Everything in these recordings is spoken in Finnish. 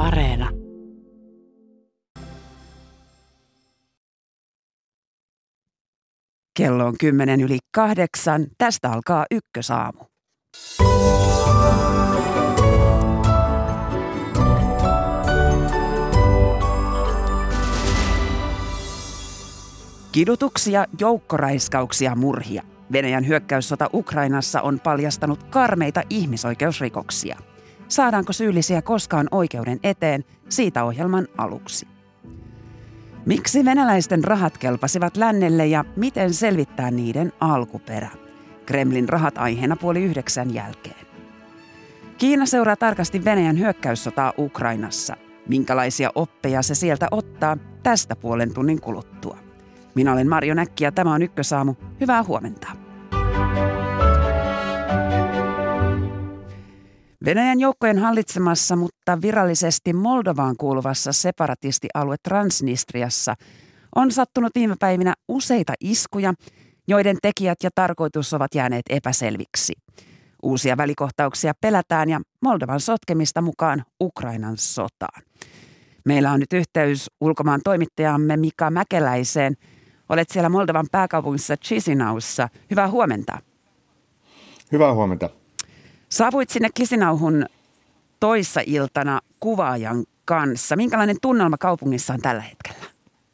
Areena. Kello on 7:10. Tästä alkaa Ykkösaamu. Kidutuksia, joukkoraiskauksia, murhia. Venäjän hyökkäyssota Ukrainassa on paljastanut karmeita ihmisoikeusrikoksia. Saadaanko syyllisiä koskaan oikeuden eteen? Siitä ohjelman aluksi. Miksi venäläisten rahat kelpasivat lännelle ja miten selvittää niiden alkuperä? Kremlin rahat aiheena 8:30 jälkeen. Kiina seuraa tarkasti Venäjän hyökkäyssotaa Ukrainassa. Minkälaisia oppeja se sieltä ottaa? Tästä puolen tunnin kuluttua. Minä olen Marjo Näkki ja tämä on Ykkösaamu. Hyvää huomenta. Venäjän joukkojen hallitsemassa, mutta virallisesti Moldovaan kuuluvassa separatistialue Transnistriassa on sattunut viime päivinä useita iskuja, joiden tekijät ja tarkoitus ovat jääneet epäselviksi. Uusia välikohtauksia pelätään ja Moldovan sotkemista mukaan Ukrainan sotaan. Meillä on nyt yhteys ulkomaan toimittajamme Mika Mäkeläiseen. Olet siellä Moldovan pääkaupungissa Chisinaussa. Hyvää huomenta. Hyvää huomenta. Saavuit sinne Chisinauhun toissa iltana kuvaajan kanssa. Minkälainen tunnelma kaupungissa on tällä hetkellä?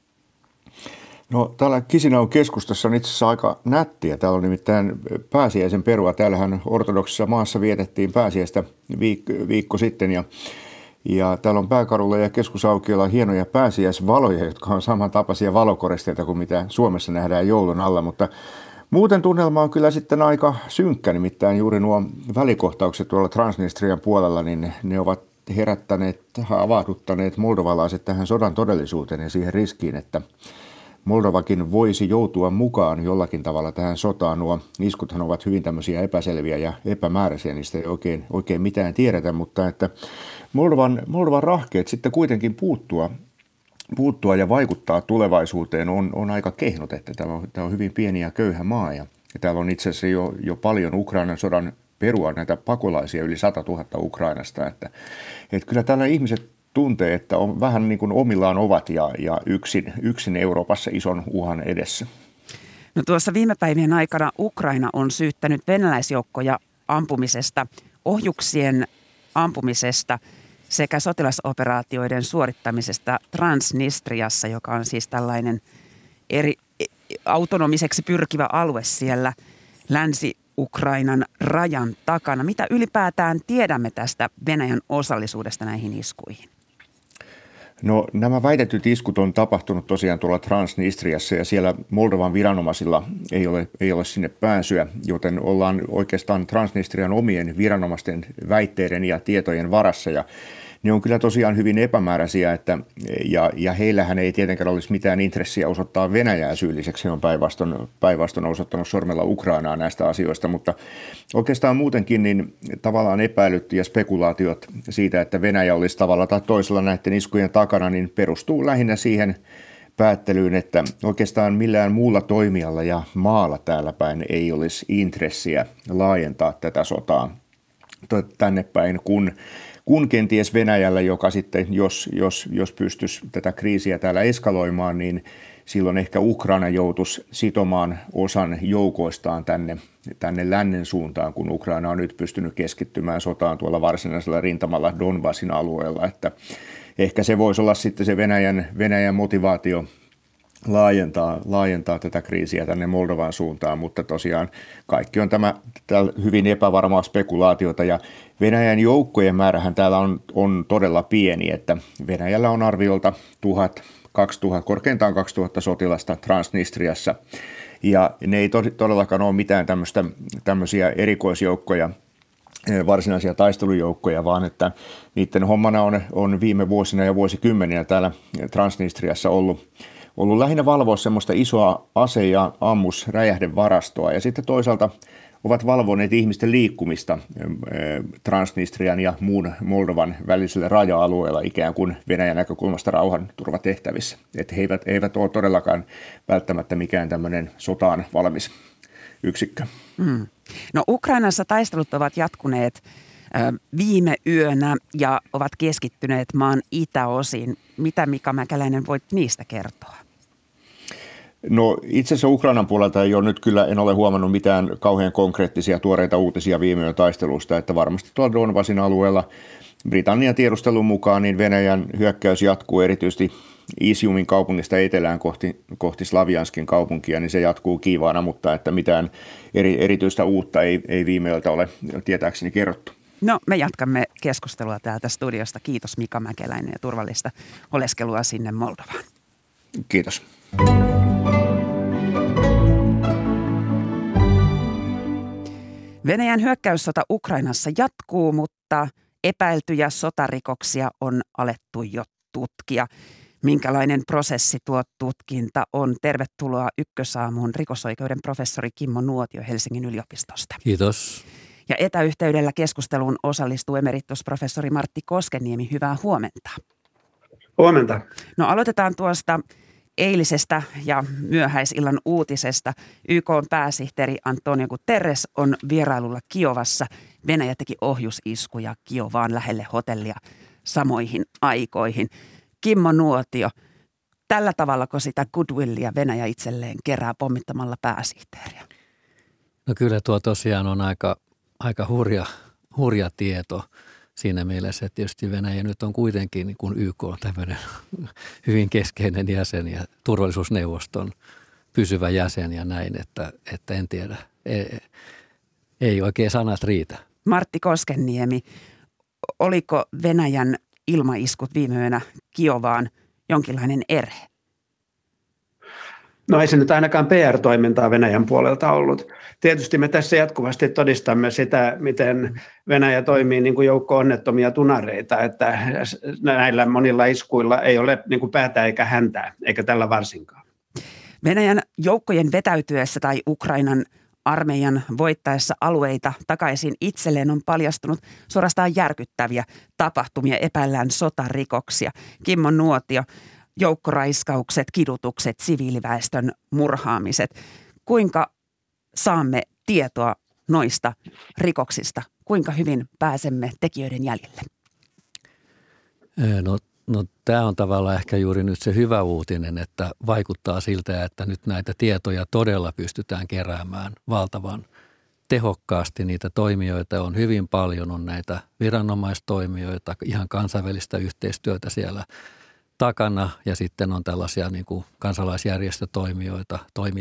No täällä Chisinau keskustassa on itse asiassa aika nättiä. Täällä on nimittäin pääsiäisen perua. Täällähän ortodoksissa maassa vietettiin pääsiäistä viikko sitten ja täällä on pääkadulla ja keskusaukiolla hienoja pääsiäisvaloja, jotka on samantapaisia valokoristeita kuin mitä Suomessa nähdään joulun alla, mutta muuten tunnelma on kyllä sitten aika synkkä, nimittäin juuri nuo välikohtaukset tuolla Transnistrian puolella, niin ne ovat havahduttaneet moldovalaiset tähän sodan todellisuuteen ja siihen riskiin, että Moldovakin voisi joutua mukaan jollakin tavalla tähän sotaan. Nuo iskuthan ovat hyvin tämmöisiä epäselviä ja epämääräisiä, niistä ei oikein mitään tiedetä, mutta että Moldovan rahkeet sitten kuitenkin puuttua ja vaikuttaa tulevaisuuteen on aika kehnot, että tämä on hyvin pieni ja köyhä maa ja täällä on itse asiassa jo paljon Ukrainan sodan perua näitä pakolaisia, yli 100 000 Ukrainasta, että kyllä täällä ihmiset tuntee, että on vähän niin kuin omillaan ovat ja yksin Euroopassa ison uhan edessä. No tuossa viime päivien aikana Ukraina on syyttänyt venäläisjoukkoja ampumisesta, ohjuksien ampumisesta sekä sotilasoperaatioiden suorittamisesta Transnistriassa, joka on siis tällainen autonomiseksi pyrkivä alue siellä Länsi-Ukrainan rajan takana. Mitä ylipäätään tiedämme tästä Venäjän osallisuudesta näihin iskuihin? No nämä väitetyt iskut on tapahtunut tosiaan tuolla Transnistriassa ja siellä Moldovan viranomaisilla ei ole sinne pääsyä, joten ollaan oikeastaan Transnistrian omien viranomaisten väitteiden ja tietojen varassa ja ne on kyllä tosiaan hyvin epämääräisiä, ja heillähän ei tietenkään olisi mitään intressiä osoittaa Venäjää syylliseksi. He on päinvastoin osoittanut sormella Ukrainaa näistä asioista, mutta oikeastaan muutenkin niin tavallaan epäilyt ja spekulaatiot siitä, että Venäjä olisi tavalla tai toisella näiden iskujen takana, niin perustuu lähinnä siihen päättelyyn, että oikeastaan millään muulla toimijalla ja maalla täällä päin ei olisi intressiä laajentaa tätä sotaa tänne päin, kun kenties Venäjällä, joka sitten, jos pystyisi tätä kriisiä täällä eskaloimaan, niin silloin ehkä Ukraina joutuisi sitomaan osan joukoistaan tänne lännen suuntaan, kun Ukraina on nyt pystynyt keskittymään sotaan tuolla varsinaisella rintamalla Donbassin alueella. Että ehkä se voisi olla sitten se Venäjän motivaatio laajentaa tätä kriisiä tänne Moldovan suuntaan, mutta tosiaan kaikki on tämä hyvin epävarmaa spekulaatiota ja Venäjän joukkojen määrähän täällä on todella pieni, että Venäjällä on arviolta 1000, 2000, korkeintaan 2000 sotilasta Transnistriassa ja ne ei todellakaan ole mitään tämmöisiä erikoisjoukkoja, varsinaisia taistelujoukkoja, vaan että niiden hommana on viime vuosina ja vuosikymmeninä täällä Transnistriassa ollut lähinnä valvoa semmoista isoa ase- ja ammusräjähdevarastoa ja sitten toisaalta ovat valvoneet ihmisten liikkumista Transnistrian ja muun Moldovan välisellä raja-alueella ikään kuin Venäjän näkökulmasta rauhanturvatehtävissä. Että he eivät ole todellakaan välttämättä mikään tämmöinen sotaan valmis yksikkö. No Ukrainassa taistelut ovat jatkuneet viime yönä ja ovat keskittyneet maan itäosiin. Mitä Mika Mäkeläinen voit niistä kertoa? No itse asiassa Ukrainan puolelta en ole huomannut mitään kauhean konkreettisia tuoreita uutisia viime yön taistelusta, että varmasti tuolla Donbasin alueella Britannian tiedustelun mukaan niin Venäjän hyökkäys jatkuu erityisesti Iziumin kaupungista etelään kohti Slavianskin kaupunkia, niin se jatkuu kiivaana, mutta että mitään erityistä uutta ei viime yöltä ole tietääkseni kerrottu. No, me jatkamme keskustelua täältä studiosta. Kiitos Mika Mäkeläinen ja turvallista oleskelua sinne Moldovaan. Kiitos. Venäjän hyökkäyssota Ukrainassa jatkuu, mutta epäiltyjä sotarikoksia on alettu jo tutkia. Minkälainen prosessi tuo tutkinta on? Tervetuloa Ykkösaamuun rikosoikeuden professori Kimmo Nuotio Helsingin yliopistosta. Kiitos. Ja etäyhteydellä keskusteluun osallistuu emeritusprofessori Martti Koskenniemi. Hyvää huomenta. Huomenta. No aloitetaan tuosta eilisestä ja myöhäisillan uutisesta. YK:n pääsihteeri Antonio Guterres on vierailulla Kiovassa. Venäjä teki ohjusiskuja Kiovaan lähelle hotellia samoihin aikoihin. Kimmo Nuotio, tällä tavallako sitä goodwillia Venäjä itselleen kerää pommittamalla pääsihteeriä? No kyllä tuo tosiaan on aika hurja tieto siinä mielessä, että tietysti Venäjä nyt on kuitenkin niin kuin YK on tämmöinen hyvin keskeinen jäsen ja turvallisuusneuvoston pysyvä jäsen ja näin, että en tiedä, ei oikein sanat riitä. Martti Koskenniemi, oliko Venäjän ilmaiskut viime yönä Kiovaan jonkinlainen erhe? No ei se nyt ainakaan PR-toimintaa Venäjän puolelta ollut. Tietysti me tässä jatkuvasti todistamme sitä, miten Venäjä toimii niin kuin joukko onnettomia tunareita, että näillä monilla iskuilla ei ole niin kuin päätä eikä häntää, eikä tällä varsinkaan. Venäjän joukkojen vetäytyessä tai Ukrainan armeijan voittaessa alueita takaisin itselleen on paljastunut suorastaan järkyttäviä tapahtumia, epäillään sotarikoksia. Kimmo Nuotio, joukkoraiskaukset, kidutukset, siviiliväestön murhaamiset. Kuinka saamme tietoa noista rikoksista? Kuinka hyvin pääsemme tekijöiden jäljille? No tämä on tavallaan ehkä juuri nyt se hyvä uutinen, että vaikuttaa siltä, että nyt näitä tietoja todella pystytään keräämään valtavan tehokkaasti. Niitä toimijoita on hyvin paljon, on näitä viranomaistoimijoita, ihan kansainvälistä yhteistyötä siellä takana ja sitten on tällaisia niin kuin kansalaisjärjestötoimijoita,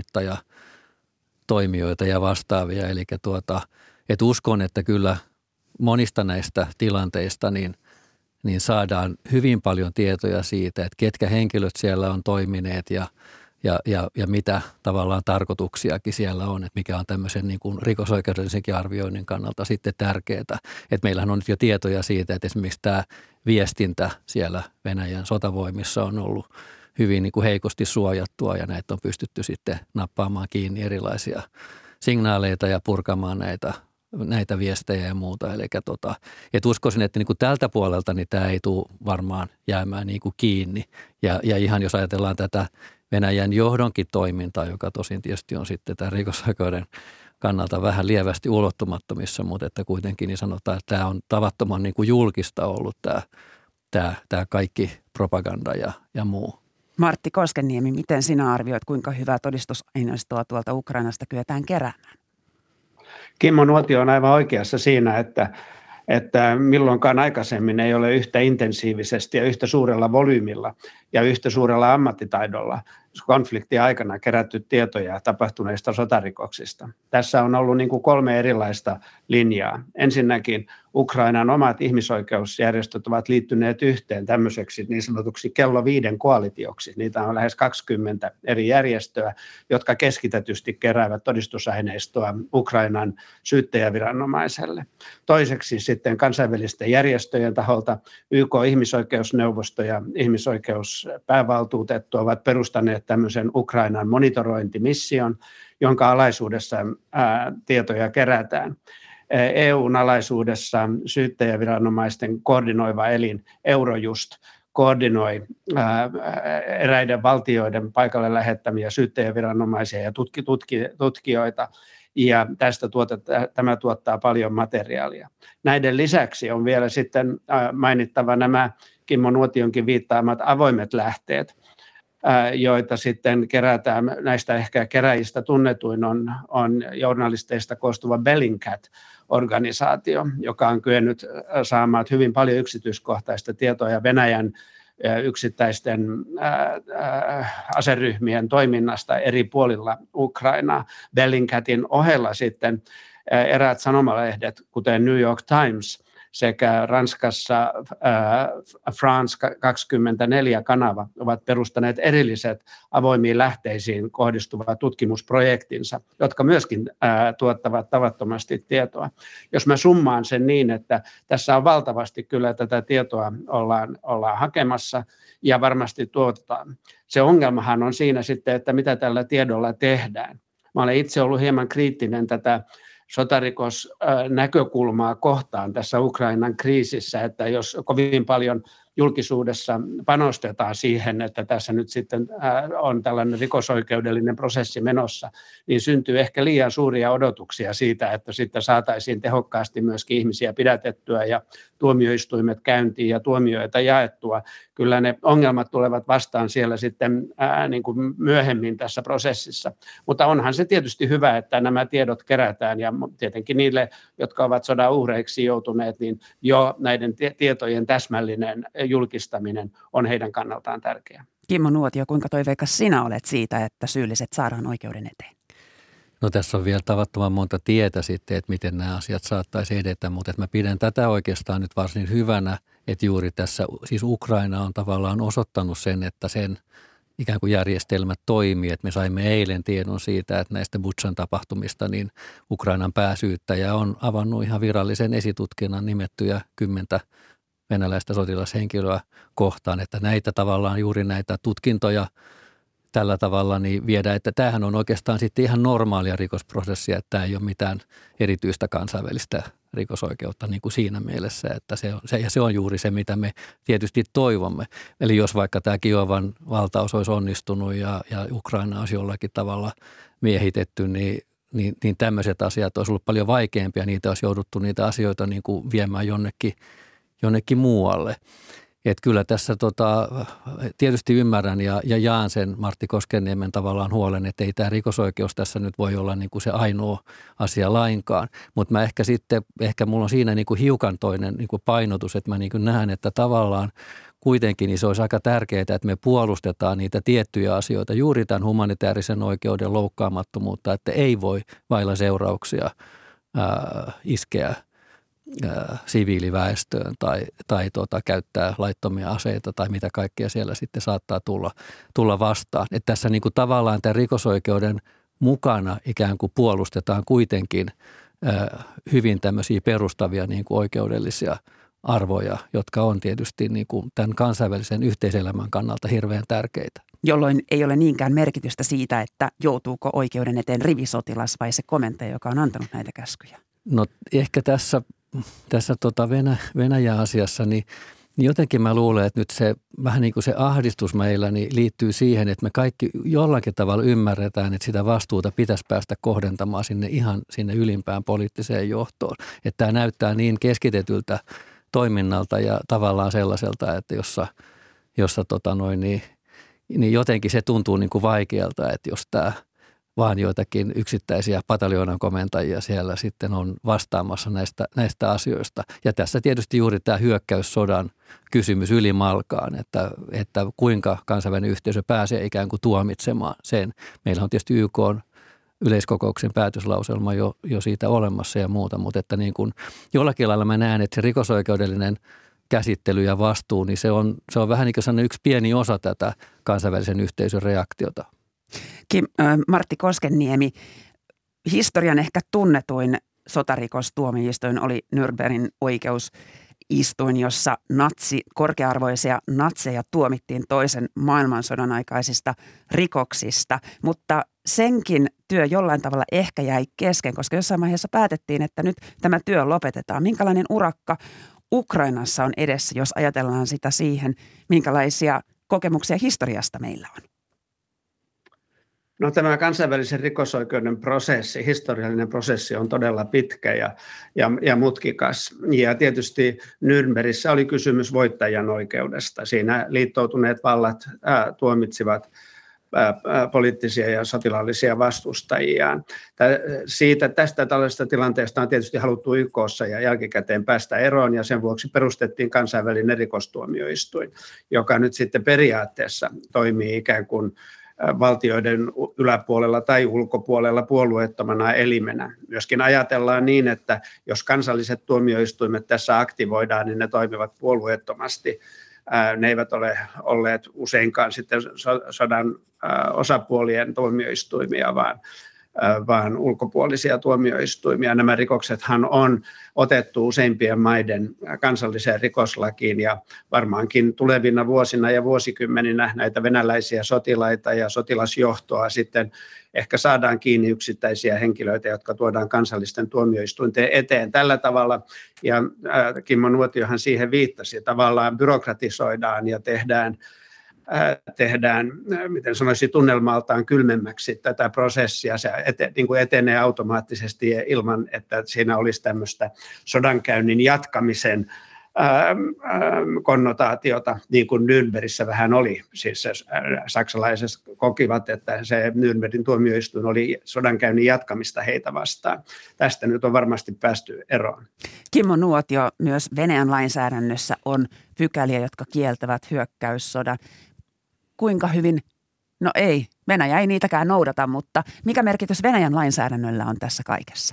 toimijoita ja vastaavia. Eli että uskon, että kyllä monista näistä tilanteista niin saadaan hyvin paljon tietoja siitä, että ketkä henkilöt siellä on toimineet ja mitä tavallaan tarkoituksiakin siellä on, että mikä on tämmöisen niin kuin rikosoikeudellisenkin arvioinnin kannalta sitten tärkeää. Että meillähän on nyt jo tietoja siitä, että esimerkiksi tämä viestintä siellä Venäjän sotavoimissa on ollut hyvin niin kuin heikosti suojattua ja näitä on pystytty sitten nappaamaan kiinni erilaisia signaaleita ja purkamaan näitä viestejä ja muuta. Eli että uskoisin, että niin kuin tältä puolelta niin tämä ei tule varmaan jäämään niin kuin kiinni. Ja ihan jos ajatellaan tätä Venäjän johdonkin toimintaa, joka tosin tietysti on sitten tämän rikosoikeuden kannalta vähän lievästi ulottumattomissa, mutta että kuitenkin niin sanotaan, että tämä on tavattoman niin kuin julkista ollut tämä kaikki propaganda ja muu. Martti Koskenniemi, miten sinä arvioit, kuinka hyvää todistusaineistoa tuolta Ukrainasta kyetään keräämään? Kimmo Nuotio on aivan oikeassa siinä, että milloinkaan aikaisemmin ei ole yhtä intensiivisesti ja yhtä suurella volyymilla ja yhtä suurella ammattitaidolla konfliktin aikana kerätty tietoja tapahtuneista sotarikoksista. Tässä on ollut niin kuin 3 erilaista linjaa. Ensinnäkin Ukrainan omat ihmisoikeusjärjestöt ovat liittyneet yhteen tämmöiseksi niin sanotuksi kello 5 koalitioksi. Niitä on lähes 20 eri järjestöä, jotka keskitetysti keräävät todistusaineistoa Ukrainan syyttäjäviranomaiselle. Toiseksi sitten kansainvälisten järjestöjen taholta YK-ihmisoikeusneuvosto ja ihmisoikeuspäävaltuutettu ovat perustaneet tämmöisen Ukrainan monitorointimission, jonka alaisuudessa tietoja kerätään. EU:n alaisuudessa syyttäjäviranomaisten koordinoiva elin Eurojust koordinoi eräiden valtioiden paikalle lähettämiä syyttäjäviranomaisia ja tutkijoita. ja tämä tuottaa paljon materiaalia. Näiden lisäksi on vielä sitten mainittava nämä Kimmo Nuotionkin viittaamat avoimet lähteet, joita sitten kerätään. Näistä ehkä keräjistä tunnetuin on journalisteista koostuva Bellingcat-organisaatio, joka on kyennyt saamaan hyvin paljon yksityiskohtaista tietoa Venäjän yksittäisten aseryhmien toiminnasta eri puolilla Ukrainaa. Bellingcatin ohella sitten eräät sanomalehdet, kuten New York Times, sekä Ranskassa France 24-kanava ovat perustaneet erilliset avoimiin lähteisiin kohdistuvat tutkimusprojektinsa, jotka myöskin tuottavat tavattomasti tietoa. Jos mä summaan sen niin, että tässä on valtavasti kyllä tätä tietoa ollaan hakemassa ja varmasti tuotetaan. Se ongelmahan on siinä sitten, että mitä tällä tiedolla tehdään. Mä olen itse ollut hieman kriittinen tätä sotarikosnäkökulmaa kohtaan tässä Ukrainan kriisissä, että jos kovin paljon julkisuudessa panostetaan siihen, että tässä nyt sitten on tällainen rikosoikeudellinen prosessi menossa, niin syntyy ehkä liian suuria odotuksia siitä, että sitten saataisiin tehokkaasti myöskin ihmisiä pidätettyä ja tuomioistuimet käyntiin ja tuomioita jaettua. Kyllä ne ongelmat tulevat vastaan siellä sitten niin kuin myöhemmin tässä prosessissa. Mutta onhan se tietysti hyvä, että nämä tiedot kerätään ja tietenkin niille, jotka ovat sodan uhreiksi joutuneet, niin jo näiden tietojen täsmällinen julkistaminen on heidän kannaltaan tärkeää. Kimmo Nuotio, kuinka toiveikas sinä olet siitä, että syylliset saadaan oikeuden eteen? No tässä on vielä tavattoman monta tietä sitten, että miten nämä asiat saattaisi edetä, mutta että mä pidän tätä oikeastaan nyt varsin hyvänä, että juuri tässä siis Ukraina on tavallaan osoittanut sen, että sen ikään kuin järjestelmät toimii, että me saimme eilen tiedon siitä, että näistä Butšan tapahtumista niin Ukrainan pääsyyttäjä on avannut ihan virallisen esitutkinnan nimettyjä 10 venäläistä sotilashenkilöä kohtaan, että näitä tavallaan juuri näitä tutkintoja tällä tavalla niin viedään, että tämähän on oikeastaan sitten ihan normaalia rikosprosessia, että tämä ei ole mitään erityistä kansainvälistä rikosoikeutta niin kuin siinä mielessä, että se on juuri se, mitä me tietysti toivomme. Eli jos vaikka tämä Kiovan valtaus olisi onnistunut ja Ukraina olisi jollakin tavalla miehitetty, niin tämmöiset asiat olisi ollut paljon vaikeampia, niitä olisi jouduttu niitä asioita niin kuin viemään jonnekin muualle. Että kyllä tässä tietysti ymmärrän ja jaan sen Martti Koskenniemen tavallaan huolen, että ei tämä rikosoikeus tässä nyt voi olla niin kuin se ainoa asia lainkaan. Mutta mä ehkä mulla on siinä niin kuin hiukan toinen niin kuin painotus, että mä niin kuin näen, että tavallaan kuitenkin niin se olisi aika tärkeää, että me puolustetaan niitä tiettyjä asioita, juuri tämän humanitaarisen oikeuden loukkaamattomuutta, että ei voi vailla seurauksia iskeä siviiliväestöön tai käyttää laittomia aseita tai mitä kaikkea siellä sitten saattaa tulla vastaan. Että tässä niin kuin tavallaan tämän rikosoikeuden mukana ikään kuin puolustetaan kuitenkin hyvin tämmöisiä perustavia niin kuin oikeudellisia arvoja, jotka on tietysti niin kuin tämän kansainvälisen yhteiselämän kannalta hirveän tärkeitä. Jolloin ei ole niinkään merkitystä siitä, että joutuuko oikeuden eteen rivisotilas vai se komentaja, joka on antanut näitä käskyjä. No ehkä tässä Venäjä-asiassa, niin jotenkin mä luulen, että nyt se vähän niin kuin se ahdistus meillä niin liittyy siihen, että me kaikki jollakin tavalla ymmärretään, että sitä vastuuta pitäisi päästä kohdentamaan sinne ylimpään poliittiseen johtoon. Että tämä näyttää niin keskitetyltä toiminnalta ja tavallaan sellaiselta, että jossa niin jotenkin se tuntuu niin kuin vaikealta, että jos tämä vaan joitakin yksittäisiä pataljoonan komentajia siellä sitten on vastaamassa näistä asioista. Ja tässä tietysti juuri tämä hyökkäyssodan kysymys ylimalkaan, että kuinka kansainvälinen yhteisö pääsee ikään kuin tuomitsemaan sen. Meillä on tietysti YK:n yleiskokouksen päätöslauselma jo siitä olemassa ja muuta, mutta että niin kuin jollakin lailla mä näen, että se rikosoikeudellinen käsittely ja vastuu, niin se on vähän niin kuin sellainen yksi pieni osa tätä kansainvälisen yhteisön reaktiota. Martti Koskenniemi, historian ehkä tunnetuin sotarikostuomioistuin oli Nürnbergin oikeusistuin, jossa korkea-arvoisia natseja tuomittiin toisen maailmansodan aikaisista rikoksista, mutta senkin työ jollain tavalla ehkä jäi kesken, koska jossain vaiheessa päätettiin, että nyt tämä työ lopetetaan. Minkälainen urakka Ukrainassa on edessä, jos ajatellaan sitä siihen, minkälaisia kokemuksia historiasta meillä on? No, tämä kansainvälisen rikosoikeuden prosessi, historiallinen prosessi on todella pitkä ja mutkikas. Ja tietysti Nürnbergissä oli kysymys voittajan oikeudesta. Siinä liittoutuneet vallat tuomitsivat poliittisia ja sotilaallisia vastustajiaan. Tästä tällaisesta tilanteesta on tietysti haluttu YK:ssa ja jälkikäteen päästä eroon, ja sen vuoksi perustettiin kansainvälinen rikostuomioistuin, joka nyt sitten periaatteessa toimii ikään kuin valtioiden yläpuolella tai ulkopuolella puolueettomana elimenä. Myöskin ajatellaan niin, että jos kansalliset tuomioistuimet tässä aktivoidaan, niin ne toimivat puolueettomasti. Ne eivät ole olleet useinkaan sitten sodan osapuolien tuomioistuimia, vaan ulkopuolisia tuomioistuimia. Nämä rikoksethan on otettu useimpien maiden kansalliseen rikoslakiin, ja varmaankin tulevina vuosina ja vuosikymmeninä näitä venäläisiä sotilaita ja sotilasjohtoa sitten ehkä saadaan kiinni yksittäisiä henkilöitä, jotka tuodaan kansallisten tuomioistuinten eteen tällä tavalla. Ja Kimmo Nuotiohan siihen viittasi, tavallaan byrokratisoidaan ja tehdään, miten sanoisin, tunnelmaltaan kylmemmäksi tätä prosessia. Se niin kuin etenee automaattisesti ilman, että siinä olisi tämmöistä sodankäynnin jatkamisen konnotaatiota, niin kuin Nürnbergissä vähän oli. Siis saksalaiset kokivat, että se Nürnbergin tuomioistuin oli sodankäynnin jatkamista heitä vastaan. Tästä nyt on varmasti päästy eroon. Kimmo Nuotio, myös Venäjän lainsäädännössä on pykäliä, jotka kieltävät hyökkäyssodan. Kuinka hyvin? No ei, Venäjä ei niitäkään noudata, mutta mikä merkitys Venäjän lainsäädännöllä on tässä kaikessa?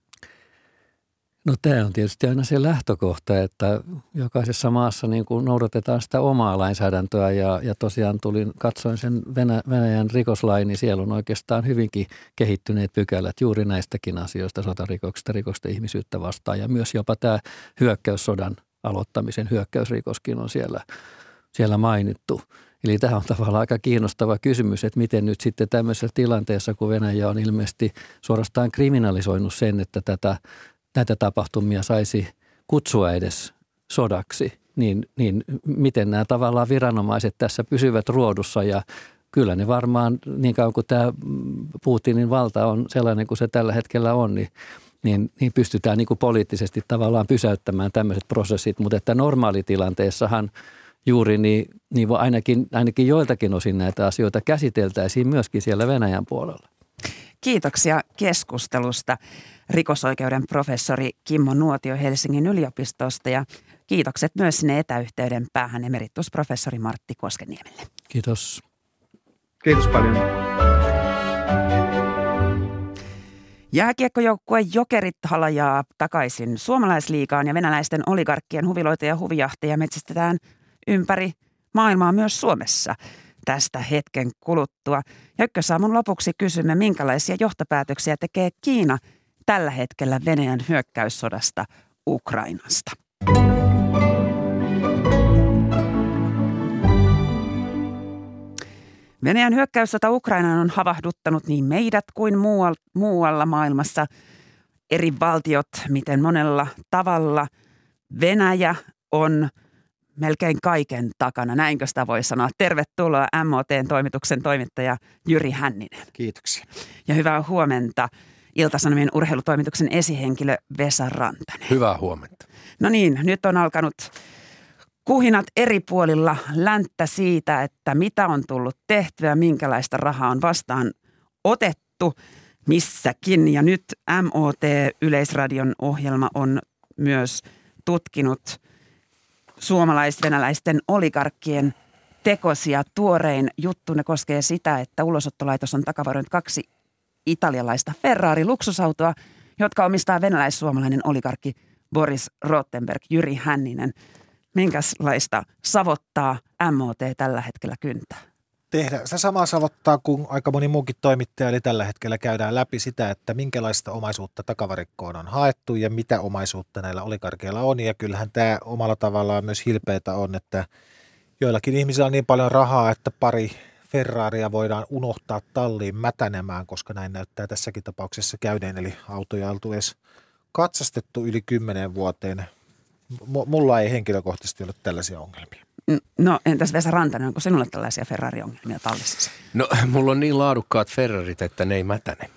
No tämä on tietysti aina se lähtökohta, että jokaisessa maassa niin kuin noudatetaan sitä omaa lainsäädäntöä ja tosiaan katsoin sen Venäjän rikoslain, niin siellä on oikeastaan hyvinkin kehittyneet pykälät juuri näistäkin asioista, sotarikoksista, rikosta ihmisyyttä vastaan ja myös jopa tämä hyökkäyssodan aloittamisen hyökkäysrikoskin on siellä mainittu. Eli tämä on tavallaan aika kiinnostava kysymys, että miten nyt sitten tämmöisessä tilanteessa, kun Venäjä on ilmeisesti suorastaan kriminalisoinut sen, että näitä tapahtumia saisi kutsua edes sodaksi, niin miten nämä tavallaan viranomaiset tässä pysyvät ruodussa ja kyllä ne varmaan niin kauan kuin tämä Putinin valta on sellainen kuin se tällä hetkellä on, niin pystytään niin kuin poliittisesti tavallaan pysäyttämään tämmöiset prosessit, mutta että normaalitilanteessahan juuri niin ainakin joiltakin osin näitä asioita käsiteltäisiin myöskin siellä Venäjän puolella. Kiitoksia keskustelusta rikosoikeuden professori Kimmo Nuotio Helsingin yliopistosta ja kiitokset myös sinne etäyhteyden päähän emeritusprofessori Martti Koskeniemelle. Kiitos. Kiitos paljon. Jääkiekkojoukkue Jokerit halajaa takaisin suomalaisliigaan ja venäläisten oligarkkien huviloita ja huvijahteja metsästetään ympäri maailmaa myös Suomessa tästä hetken kuluttua. Ja Ykkösaamun lopuksi kysymme, minkälaisia johtopäätöksiä tekee Kiina tällä hetkellä Venäjän hyökkäyssodasta Ukrainasta. Venäjän hyökkäyssota Ukrainaan on havahduttanut niin meidät kuin muualla maailmassa eri valtiot, miten monella tavalla Venäjä on melkein kaiken takana. Näinkö sitä voi sanoa? Tervetuloa MOT:n toimituksen toimittaja Jyri Hänninen. Kiitoksia. Ja hyvää huomenta Ilta-Sanomien urheilutoimituksen esihenkilö Vesa Rantanen. Hyvää huomenta. No niin, nyt on alkanut kuhinat eri puolilla länttä siitä, että mitä on tullut tehtyä, minkälaista rahaa on vastaan otettu missäkin. Ja nyt MOT-yleisradion ohjelma on myös tutkinut suomalais-venäläisten oligarkkien tekosia. Tuorein juttu ne koskee sitä, että ulosottolaitos on takavarannut 2 italialaista Ferrari-luksusautoa, jotka omistaa venäläis-suomalainen oligarkki Boris Rothenberg. Jyri Hänninen, minkälaista savottaa MOT tällä hetkellä kyntää? Tehdään se sama savottaa kuin aika moni muukin toimittaja, eli tällä hetkellä käydään läpi sitä, että minkälaista omaisuutta takavarikkoon on haettu ja mitä omaisuutta näillä oligarkeilla on. Ja kyllähän tämä omalla tavallaan myös hilpeätä on, että joillakin ihmisillä on niin paljon rahaa, että pari Ferraria voidaan unohtaa talliin mätänemään, koska näin näyttää tässäkin tapauksessa käydeen. Eli autoja on oltu edes katsastettu yli 10 vuoteen. Mulla ei henkilökohtaisesti ole tällaisia ongelmia. No entäs Vesa Rantanen, onko sinulla tällaisia Ferrari-ongelmia tallissa? No mulla on niin laadukkaat Ferrarit, että ne ei mätäne.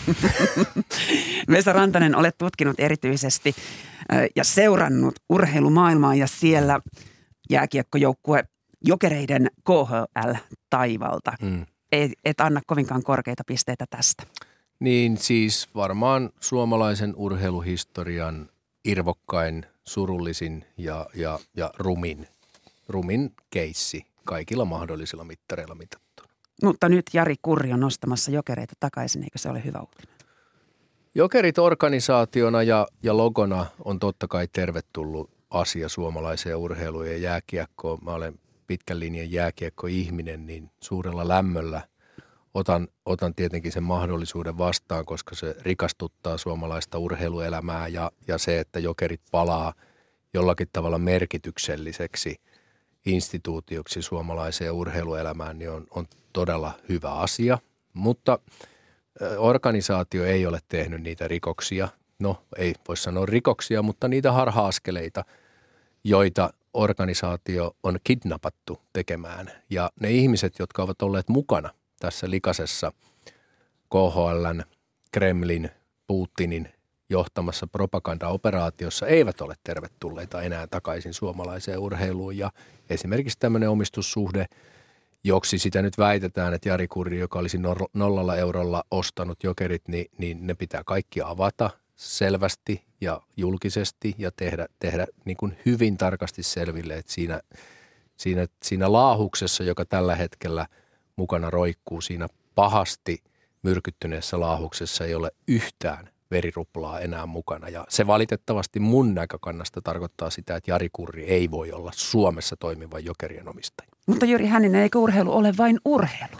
Vesa Rantanen, olet tutkinut erityisesti ja seurannut urheilumaailmaa ja siellä jääkiekkojoukkue Jokereiden KHL-taivalta. Et anna kovinkaan korkeita pisteitä tästä. Niin siis varmaan suomalaisen urheiluhistorian irvokkain, surullisin ja rumin keissi kaikilla mahdollisilla mittareilla mitattuna. Mutta nyt Jari Kurri on nostamassa Jokereita takaisin, eikö se ole hyvä uutinen? Jokerit organisaationa ja logona on totta kai tervetullut asia suomalaiseen urheiluun ja jääkiekkoon. Mä olen pitkän linjan jääkiekkoihminen, niin suurella lämmöllä otan tietenkin sen mahdollisuuden vastaan, koska se rikastuttaa suomalaista urheiluelämää ja se, että Jokerit palaa jollakin tavalla merkitykselliseksi instituutioksi suomalaiseen urheiluelämään, niin on todella hyvä asia. Mutta organisaatio ei ole tehnyt niitä rikoksia, no ei voi sanoa rikoksia, mutta niitä harha-askeleita, joita organisaatio on kidnappattu tekemään. Ja ne ihmiset, jotka ovat olleet mukana tässä likaisessa KHL:n, Kremlin, Putinin johtamassa propagandaoperaatiossa eivät ole tervetulleita enää takaisin suomalaiseen urheiluun. Ja esimerkiksi tämmöinen omistussuhde, joksi sitä nyt väitetään, että Jari Kurri, joka olisi 0 eurolla ostanut Jokerit, niin ne pitää kaikki avata selvästi ja julkisesti ja tehdä niin kuin hyvin tarkasti selville, että siinä laahuksessa, joka tällä hetkellä mukana roikkuu, siinä pahasti myrkyttyneessä laahuksessa ei ole yhtään veriruplaa enää mukana. Ja se valitettavasti mun näkökannasta tarkoittaa sitä, että Jari Kurri ei voi olla Suomessa toimiva Jokerien omistaja. Mutta Jyri Hänninen, eikö urheilu ole vain urheilua?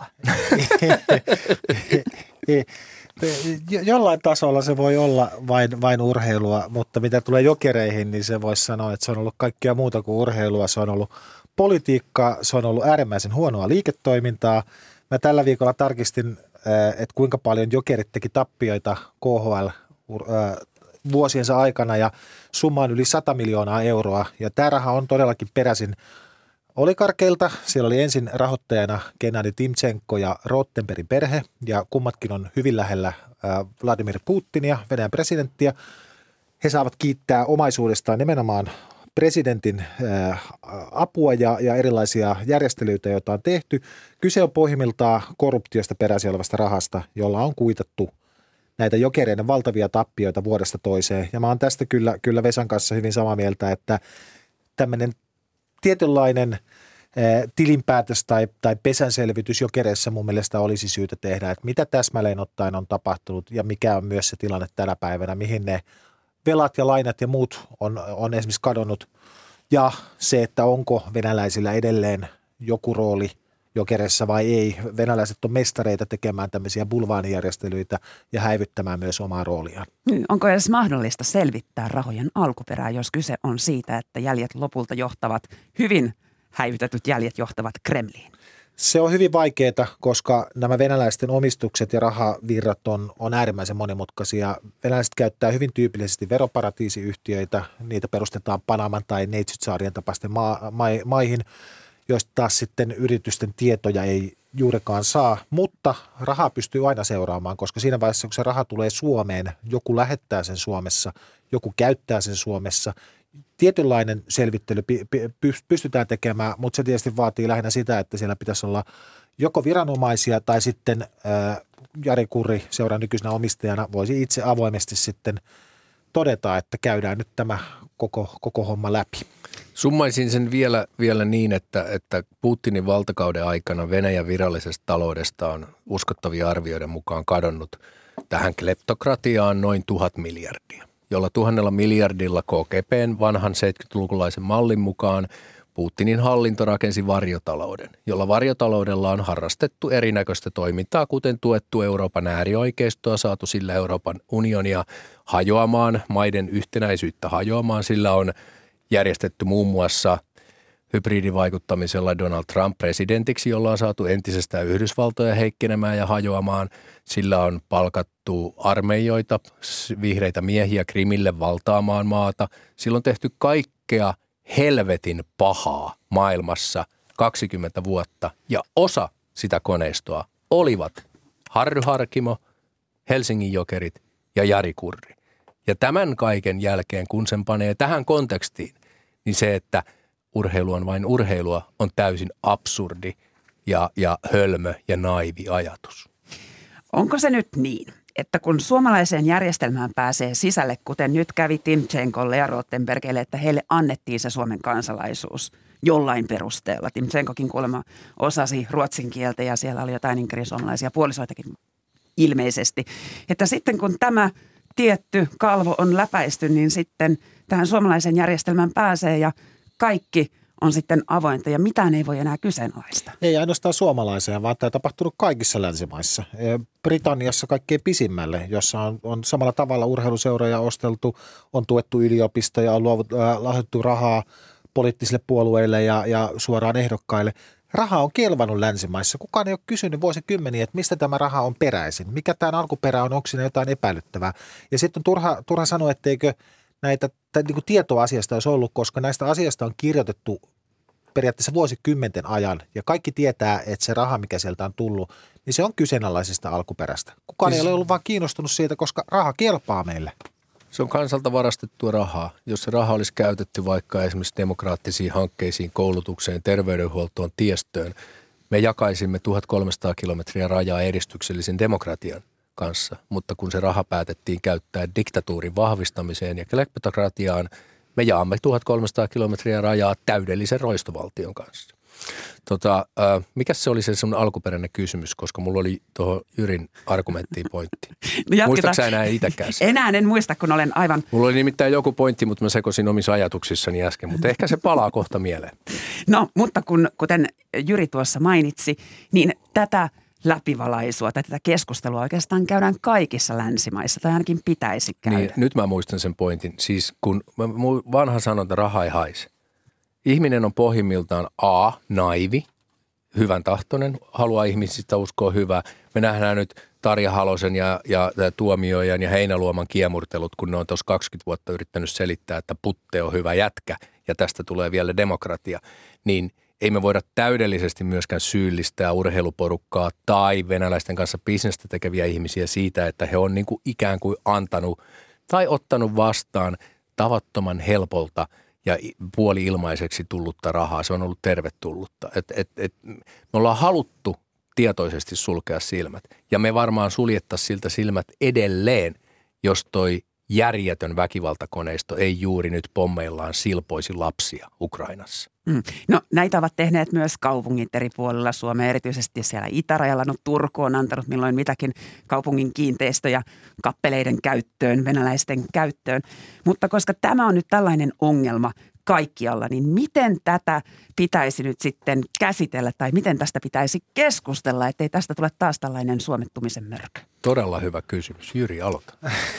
Jollain tasolla se voi olla vain urheilua, mutta mitä tulee Jokereihin, niin se voisi sanoa, että se on ollut kaikkea muuta kuin urheilua. Se on ollut politiikkaa, se on ollut äärimmäisen huonoa liiketoimintaa. Mä tällä viikolla tarkistin, että kuinka paljon Jokerit teki tappioita KHL vuosiensa aikana ja summa on yli 100 miljoonaa euroa. Ja tämä raha on todellakin peräisin oligarkeilta. Siellä oli ensin rahoittajana Gennadi Timchenko ja Rottenbergin perhe ja kummatkin on hyvin lähellä Vladimir Putinia, Venäjän presidenttiä. He saavat kiittää omaisuudestaan nimenomaan presidentin apua ja erilaisia järjestelyitä, joita on tehty. Kyse on pohjimmiltaan korruptiosta peräisin olevasta rahasta, jolla on kuitattu näitä Jokereiden valtavia tappioita vuodesta toiseen. Ja mä oon tästä kyllä Vesan kanssa hyvin samaa mieltä, että tämmöinen tietynlainen tilinpäätös tai pesänselvitys Jokereissa mun mielestä olisi syytä tehdä, että mitä täsmälleen ottaen on tapahtunut ja mikä on myös se tilanne tänä päivänä, mihin ne velat ja lainat ja muut on esimerkiksi kadonnut ja se, että onko venäläisillä edelleen joku rooli Jokereissa vai ei. Venäläiset on mestareita tekemään tämmöisiä bulvaanijärjestelyitä ja häivyttämään myös omaa rooliaan. Onko edes mahdollista selvittää rahojen alkuperää, jos kyse on siitä, että jäljet lopulta johtavat, hyvin häivytetyt jäljet johtavat Kremliin? Se on hyvin vaikeaa, koska nämä venäläisten omistukset ja rahavirrat on äärimmäisen monimutkaisia. Venäläiset käyttää hyvin tyypillisesti veroparatiisiyhtiöitä. Niitä perustetaan Panaman tai Neitsytsaarien tapaisten maihin, joista taas sitten yritysten tietoja ei juurikaan saa, mutta rahaa pystyy aina seuraamaan, koska siinä vaiheessa, kun se raha tulee Suomeen, joku lähettää sen Suomessa, joku käyttää sen Suomessa. Tietynlainen selvittely pystytään tekemään, mutta se tietysti vaatii lähinnä sitä, että siellä pitäisi olla joko viranomaisia tai sitten Jari Kurri seuran nykyisenä omistajana voisi itse avoimesti sitten todeta, että käydään nyt tämä koko homma läpi. Summaisin sen vielä niin, että Putinin valtakauden aikana Venäjän virallisesta taloudesta on uskottavia arvioiden mukaan kadonnut tähän kleptokratiaan noin 1000 miljardia, jolla 1000 miljardilla KGB:n vanhan 70-lukulaisen mallin mukaan Putinin hallinto rakensi varjotalouden, jolla varjotaloudella on harrastettu erinäköistä toimintaa, kuten tuettu Euroopan äärioikeistoa, saatu sillä Euroopan unionia hajoamaan, maiden yhtenäisyyttä hajoamaan, sillä on järjestetty muun muassa hybridivaikuttamisella Donald Trump presidentiksi, jolla on saatu entisestään Yhdysvaltoja heikkenemään ja hajoamaan. Sillä on palkattu armeijoita, vihreitä miehiä Krimille valtaamaan maata. Sillä on tehty kaikkea helvetin pahaa maailmassa 20 vuotta ja osa sitä koneistoa olivat Harry Harkimo, Helsingin Jokerit ja Jari Kurri. Ja tämän kaiken jälkeen, kun sen panee tähän kontekstiin, niin se, että urheilu on vain urheilua, on täysin absurdi ja hölmö ja naivi ajatus. Onko se nyt niin, että kun suomalaiseen järjestelmään pääsee sisälle, kuten nyt kävi Timchenkolle ja Rottenbergille, että heille annettiin se Suomen kansalaisuus jollain perusteella. Timchenkokin kuulemma osasi ruotsin kieltä ja siellä oli jotain inkeriisuomalaisia puolisoitakin ilmeisesti. Että sitten kun tämä tietty kalvo on läpäisty, niin sitten tähän suomalaisen järjestelmään pääsee ja kaikki on sitten avointa ja mitään ei voi enää kyseenalaista. Ei ainoastaan suomalaiseen, vaan tämä on tapahtunut kaikissa länsimaissa. Britanniassa kaikkein pisimmälle, jossa on samalla tavalla urheiluseuroja osteltu, on tuettu yliopistoja, on lahjoitettu rahaa poliittisille puolueille ja suoraan ehdokkaille. Raha on kelvannut länsimaissa. Kukaan ei ole kysynyt vuosikymmeniä, että mistä tämä raha on peräisin. Mikä tämä alkuperä on, onko siinä jotain epäilyttävää. Ja sitten on turha sanoa, etteikö näitä niin kuin tietoa asiasta olisi ollut, koska näistä asiasta on kirjoitettu periaatteessa vuosikymmenten ajan. Ja kaikki tietää, että se raha, mikä sieltä on tullut, niin se on kyseenalaisesta alkuperästä. Kukaan ei ole ollut vaan kiinnostunut siitä, koska raha kelpaa meille. Se on kansalta varastettua rahaa. Jos se raha olisi käytetty vaikka esimerkiksi demokraattisiin hankkeisiin, koulutukseen, terveydenhuoltoon, tiestöön, me jakaisimme 1300 kilometriä rajaa edistyksellisen demokratian kanssa. Mutta kun se raha päätettiin käyttää diktatuurin vahvistamiseen ja kleptokratiaan, me jaamme 1300 kilometriä rajaa täydellisen roistovaltion kanssa. Mikä se oli se sun alkuperäinen kysymys, koska mulla oli tuohon Jyrin argumenttiin pointti. No muistatko sä enää itsekään? Enää en muista, kun olen aivan... Mulla oli nimittäin joku pointti, mutta mä sekoisin omissa ajatuksissani äsken, mutta ehkä se palaa kohta mieleen. No, mutta kuten Jyri tuossa mainitsi, niin tätä läpivalaisua tai tätä keskustelua oikeastaan käydään kaikissa länsimaissa, tai ainakin pitäisi käydä. Niin, nyt mä muistan sen pointin. Siis kun vanha sanonta raha ei haise. Ihminen on pohjimmiltaan naivi, hyvän tahtoinen, haluaa ihmisistä uskoa hyvää. Me nähdään nyt Tarja Halosen ja Tuomiojan ja Heinäluoman kiemurtelut, kun ne on tuossa 20 vuotta yrittänyt selittää, että Putte on hyvä jätkä ja tästä tulee vielä demokratia. Niin ei me voida täydellisesti myöskään syyllistää urheiluporukkaa tai venäläisten kanssa bisnestä tekeviä ihmisiä siitä, että he on niin kuin ikään kuin antanut tai ottanut vastaan tavattoman helpolta ja puoli-ilmaiseksi tullutta rahaa. Se on ollut tervetullutta. Me ollaan haluttu tietoisesti sulkea silmät. Ja me varmaan suljettaisiin siltä silmät edelleen, jos toi järjetön väkivaltakoneisto ei juuri nyt pommeillaan silpoisi lapsia Ukrainassa. No näitä ovat tehneet myös kaupungit eri puolilla Suomea, erityisesti siellä itärajalla. No Turku on antanut milloin mitäkin kaupungin kiinteistöjä kappeleiden käyttöön, venäläisten käyttöön. Mutta koska tämä on nyt tällainen ongelma kaikkialla, niin miten tätä pitäisi nyt sitten käsitellä tai miten tästä pitäisi keskustella, ettei tästä tule taas tällainen suomettumisen mörkö? Todella hyvä kysymys. Jyri, aloita.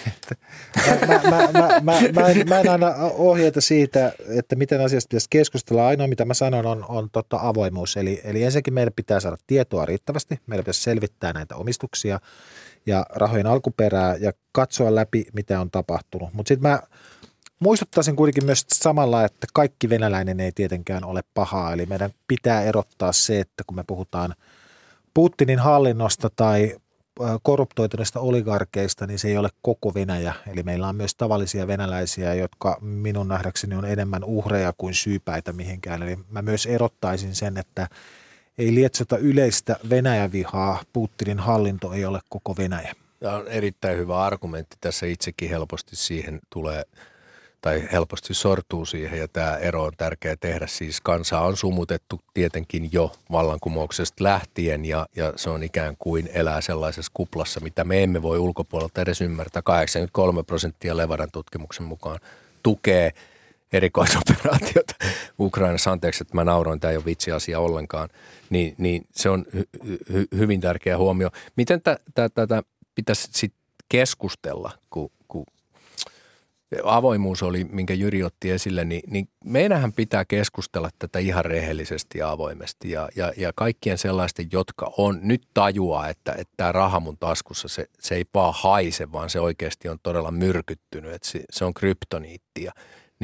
Mä en aina ohjeita siitä, että miten asiasta pitäisi keskustella. Ainoa, mitä mä sanon, on avoimuus. Eli ensinnäkin meidän pitää saada tietoa riittävästi. Meidän pitäisi selvittää näitä omistuksia ja rahojen alkuperää ja katsoa läpi, mitä on tapahtunut. Mutta sitten mä muistuttaisin kuitenkin myös samalla, että kaikki venäläinen ei tietenkään ole pahaa. Eli meidän pitää erottaa se, että kun me puhutaan Putinin hallinnosta tai korruptoituneista oligarkeista, niin se ei ole koko Venäjä. Eli meillä on myös tavallisia venäläisiä, jotka minun nähdäkseni on enemmän uhreja kuin syypäitä mihinkään. Eli mä myös erottaisin sen, että ei lietsota yleistä Venäjävihaa. Putinin hallinto ei ole koko Venäjä. Tämä on erittäin hyvä argumentti. Tässä itsekin helposti siihen tulee tai helposti sortuu siihen ja tämä ero on tärkeää tehdä. Siis kansaa on sumutettu tietenkin jo vallankumouksesta lähtien ja se on ikään kuin elää sellaisessa kuplassa, mitä me emme voi ulkopuolelta edes ymmärtää. 83% Levaran tutkimuksen mukaan tukee erikoisoperaatiota Ukrainassa. Anteeksi, että mä nauroin, tämä ei ole vitsiasia ollenkaan. Niin se on hyvin tärkeä huomio. Miten tätä pitäisi sitten keskustella, kun avoimuus oli, minkä Jyri otti esille, niin meidänhän pitää keskustella tätä ihan rehellisesti ja avoimesti. Ja kaikkien sellaisten, jotka on nyt tajuaa, että tämä raha mun taskussa, se ei vaan haise, vaan se oikeasti on todella myrkyttynyt, että se on kryptoniittia. Niin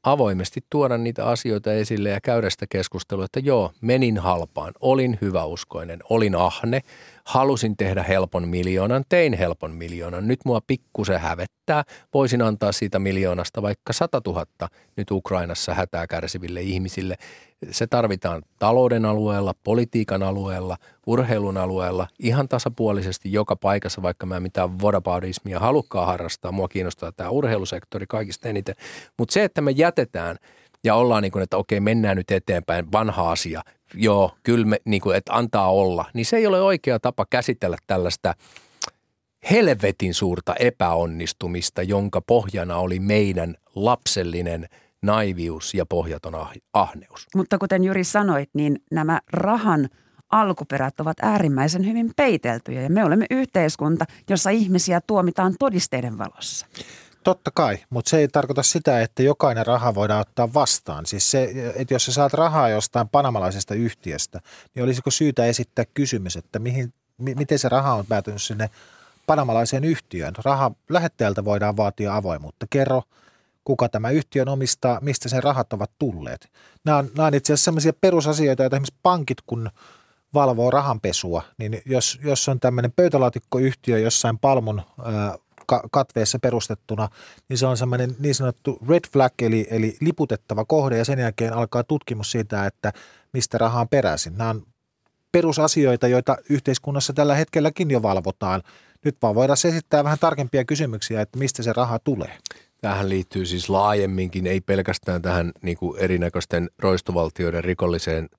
avoimesti tuoda niitä asioita esille ja käydä sitä keskustelua, että joo, menin halpaan, olin hyväuskoinen, olin ahne, halusin tehdä helpon miljoonan, tein helpon miljoonan, nyt mua pikkusen hävettää, voisin antaa siitä miljoonasta vaikka 100 000 nyt Ukrainassa hätää kärsiville ihmisille. Se tarvitaan talouden alueella, politiikan alueella, urheilun alueella, ihan tasapuolisesti joka paikassa, vaikka mä mitään whataboutismia halukkaan harrastaa. Mua kiinnostaa tämä urheilusektori kaikista eniten. Mutta se, että me jätetään ja ollaan niin kuin, että okei, mennään nyt eteenpäin, vanha asia, joo, kyllä me, niin kuin, että antaa olla, niin se ei ole oikea tapa käsitellä tällaista helvetin suurta epäonnistumista, jonka pohjana oli meidän lapsellinen naivius ja pohjaton ahneus. Mutta kuten Jyri sanoit, niin nämä rahan alkuperät ovat äärimmäisen hyvin peiteltyjä ja me olemme yhteiskunta, jossa ihmisiä tuomitaan todisteiden valossa. Totta kai, mutta se ei tarkoita sitä, että jokainen raha voidaan ottaa vastaan. Siis se, että jos sä saat rahaa jostain panamalaisesta yhtiöstä, niin olisiko syytä esittää kysymys, että miten se raha on päätynyt sinne panamalaiseen yhtiöön. Raha lähettäjältä voidaan vaatia avoimuutta. Kerro, kuka tämä yhtiön omistaa, mistä sen rahat ovat tulleet. Nämä on itse asiassa sellaisia perusasioita, joita esimerkiksi pankit, kun valvoo rahanpesua, niin jos on tämmöinen pöytälaatikkoyhtiö jossain Palmun katveessa perustettuna, niin se on semmoinen niin sanottu red flag, eli liputettava kohde, ja sen jälkeen alkaa tutkimus siitä, että mistä raha on peräisin. Nämä on perusasioita, joita yhteiskunnassa tällä hetkelläkin jo valvotaan. Nyt vaan voidaan esittää vähän tarkempia kysymyksiä, että mistä se raha tulee. Tähän liittyy siis laajemminkin, ei pelkästään tähän niin kuin erinäköisten roistovaltioiden rikolliseen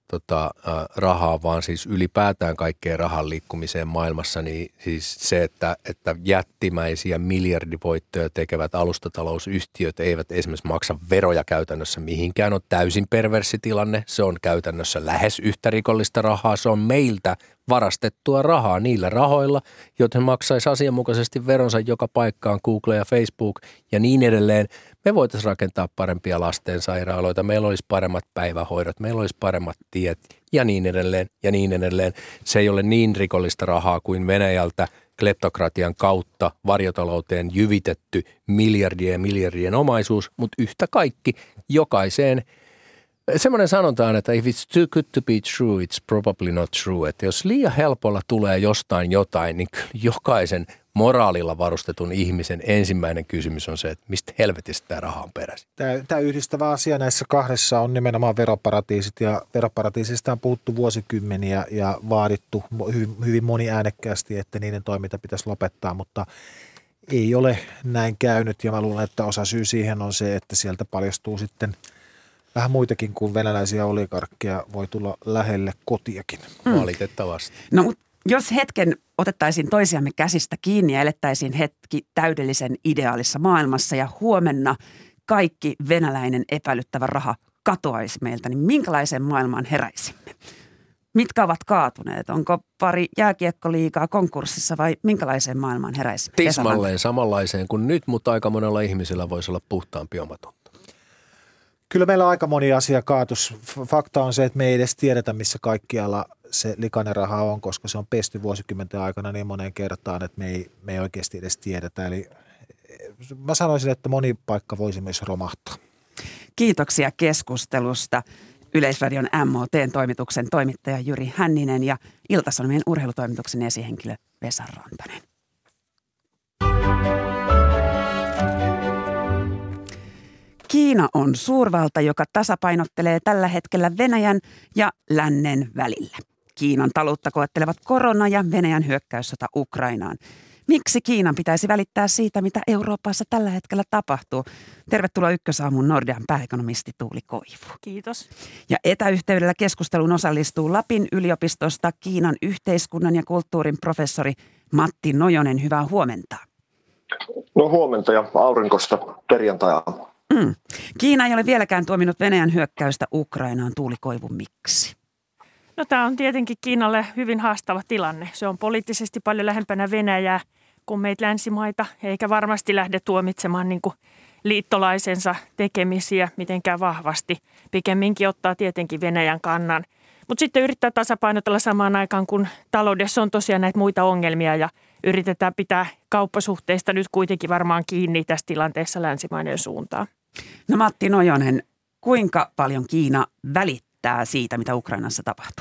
rahaa, vaan siis ylipäätään kaikkeen rahan liikkumiseen maailmassa, niin siis se, että jättimäisiä miljardivoittoja tekevät alustatalousyhtiöt eivät esimerkiksi maksa veroja käytännössä mihinkään, on täysin perversi tilanne, se on käytännössä lähes yhtä rikollista rahaa, se on meiltä varastettua rahaa niillä rahoilla, joten maksaisi asianmukaisesti veronsa joka paikkaan, Google ja Facebook ja niin edelleen. Me voitaisiin rakentaa parempia lastensairaaloita, meillä olisi paremmat päivähoidot, meillä olisi paremmat tiet ja niin edelleen ja niin edelleen. Se ei ole niin rikollista rahaa kuin Venäjältä kleptokratian kautta varjotalouteen jyvitetty miljardien omaisuus, mutta yhtä kaikki jokaiseen. Semmoinen sanotaan, että if it's too good to be true, it's probably not true. Että jos liian helpolla tulee jostain jotain, niin jokaisen moraalilla varustetun ihmisen ensimmäinen kysymys on se, että mistä helvetistä tämä raha on peräisin. Tämä yhdistävä asia näissä kahdessa on nimenomaan veroparatiisit, ja veroparatiisista on puhuttu vuosikymmeniä ja vaadittu hyvin moniäänekkäästi, että niiden toiminta pitäisi lopettaa, mutta ei ole näin käynyt, ja mä luulen, että osa syy siihen on se, että sieltä paljastuu sitten vähän muitakin kuin venäläisiä oligarkkeja voi tulla lähelle kotiakin. Valitettavasti. No, mutta jos hetken otettaisiin toisiamme käsistä kiinni ja elettäisiin hetki täydellisen ideaalissa maailmassa ja huomenna kaikki venäläinen epäilyttävä raha katoaisi meiltä, niin minkälaiseen maailmaan heräisimme? Mitkä ovat kaatuneet? Onko pari jääkiekkoliigaa konkurssissa vai minkälaiseen maailmaan heräisimme? Tismalleen samanlaiseen kuin nyt, mutta aika monella ihmisellä voisi olla puhtaampi omatunto. Kyllä meillä on aika moni asia kaatus. Fakta on se, että me ei edes tiedetä, missä kaikkialla se likainen raha on, koska se on pesty vuosikymmenten aikana niin moneen kertaan, että me ei oikeasti edes tiedetä. Eli mä sanoisin, että moni paikka voisi myös romahtaa. Kiitoksia keskustelusta. Yleisradion MOT-toimituksen toimittaja Jyri Hänninen ja Ilta-Sanomien urheilutoimituksen esihenkilö Vesa Rantanen. Kiina on suurvalta, joka tasapainottelee tällä hetkellä Venäjän ja lännen välillä. Kiinan taloutta koettelevat korona ja Venäjän hyökkäyssota Ukrainaan. Miksi Kiinan pitäisi välittää siitä, mitä Euroopassa tällä hetkellä tapahtuu? Tervetuloa Ykkösaamun Nordean pääekonomisti Tuuli Koivu. Kiitos. Ja etäyhteydellä keskusteluun osallistuu Lapin yliopistosta Kiinan yhteiskunnan ja kulttuurin professori Matti Nojonen. Hyvää huomenta. No huomenta ja aurinkosta perjantai-aamua. Kiina ei ole vieläkään tuominut Venäjän hyökkäystä Ukrainaan. Tuuli Koivu, miksi? No tämä on tietenkin Kiinalle hyvin haastava tilanne. Se on poliittisesti paljon lähempänä Venäjää kuin meitä länsimaita, eikä varmasti lähde tuomitsemaan niin kuin liittolaisensa tekemisiä mitenkään vahvasti. Pikemminkin ottaa tietenkin Venäjän kannan. Mutta sitten yrittää tasapainotella samaan aikaan, kun taloudessa on tosiaan näitä muita ongelmia ja yritetään pitää kauppasuhteista nyt kuitenkin varmaan kiinni tässä tilanteessa länsimaiden suuntaan. No Matti Nojonen, kuinka paljon Kiina välittää siitä, mitä Ukrainassa tapahtuu?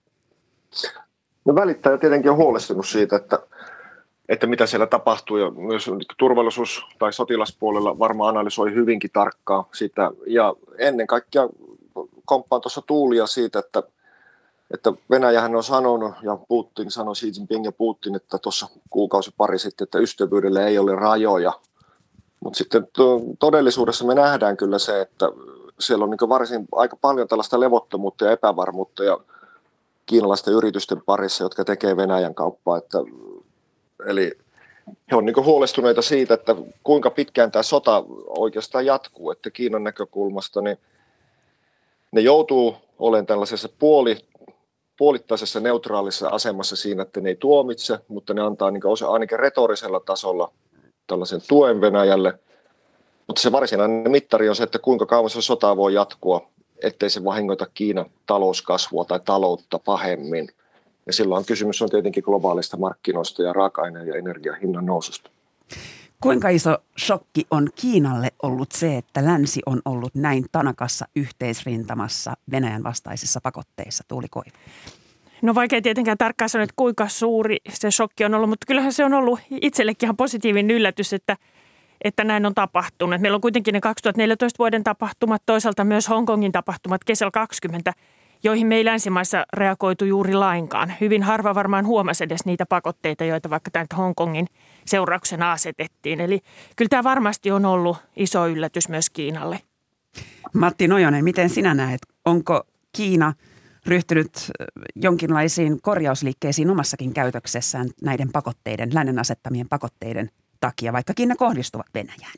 No välittäjä tietenkin on huolestunut siitä, että mitä siellä tapahtuu, ja myös turvallisuus- tai sotilaspuolella varmaan analysoi hyvinkin tarkkaan sitä. Ja ennen kaikkea komppaan tuossa Tuulia siitä, että Venäjähän on sanonut, ja Putin sanoi, Xi Jinping ja Putin, että tuossa kuukausi pari sitten, että ystävyydelle ei ole rajoja. Mutta sitten todellisuudessa me nähdään kyllä se, että siellä on niin varsin aika paljon tällaista levottomuutta ja epävarmuutta ja kiinalaisten yritysten parissa, jotka tekee Venäjän kauppaa. Eli he on niin huolestuneita siitä, että kuinka pitkään tämä sota oikeastaan jatkuu. Että Kiinan näkökulmasta niin ne joutuu olemaan tällaisessa puolittaisessa neutraalissa asemassa siinä, että ne ei tuomitse, mutta ne antaa niin ainakin retorisella tasolla tällaisen tuen Venäjälle. Mutta se varsinainen mittari on se, että kuinka kauan se sota voi jatkua, ettei se vahingoita Kiinan talouskasvua tai taloutta pahemmin. Ja silloin kysymys on tietenkin globaalista markkinoista ja raaka-aineen ja energian hinnan noususta. Kuinka iso shokki on Kiinalle ollut se, että länsi on ollut näin tanakassa yhteisrintamassa Venäjän vastaisissa pakotteissa? Tuuli Koivu. No vaikea tietenkään tarkkaan sanoa, että kuinka suuri se shokki on ollut, mutta kyllähän se on ollut itsellekin ihan positiivinen yllätys, että näin on tapahtunut. Meillä on kuitenkin ne 2014 vuoden tapahtumat, toisaalta myös Hongkongin tapahtumat kesällä 20, joihin me ei länsimaissa reagoitu juuri lainkaan. Hyvin harva varmaan huomasi edes niitä pakotteita, joita vaikka tämän Hongkongin seurauksena asetettiin. Eli kyllä tämä varmasti on ollut iso yllätys myös Kiinalle. Matti Nojonen, miten sinä näet, onko Kiina ryhtynyt jonkinlaisiin korjausliikkeisiin omassakin käytöksessään näiden pakotteiden, lännen asettamien pakotteiden takia, vaikkakin ne kohdistuvat Venäjään?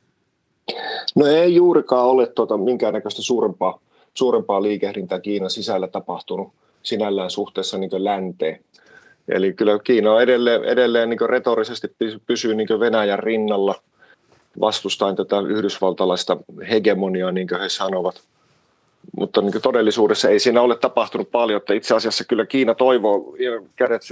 No ei juurikaan ole minkäännäköistä suurempaa liikehdintää Kiinan sisällä tapahtunut sinällään suhteessa niin länteen. Eli kyllä Kiina on edelleen niin retorisesti pysyy niin Venäjän rinnalla vastustaen tätä yhdysvaltalaista hegemoniaa, niin kuin he sanovat. Mutta niin todellisuudessa ei siinä ole tapahtunut paljon, että itse asiassa kyllä Kiina toivoo kädet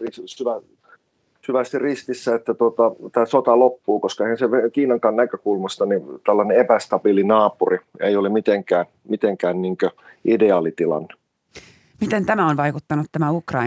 syvästi ristissä, että tämä sota loppuu, koska eihän se Kiinankaan näkökulmasta niin tällainen epästabiili naapuri ei ole mitenkään niin ideaalitilanne. Miten tämä on vaikuttanut tämä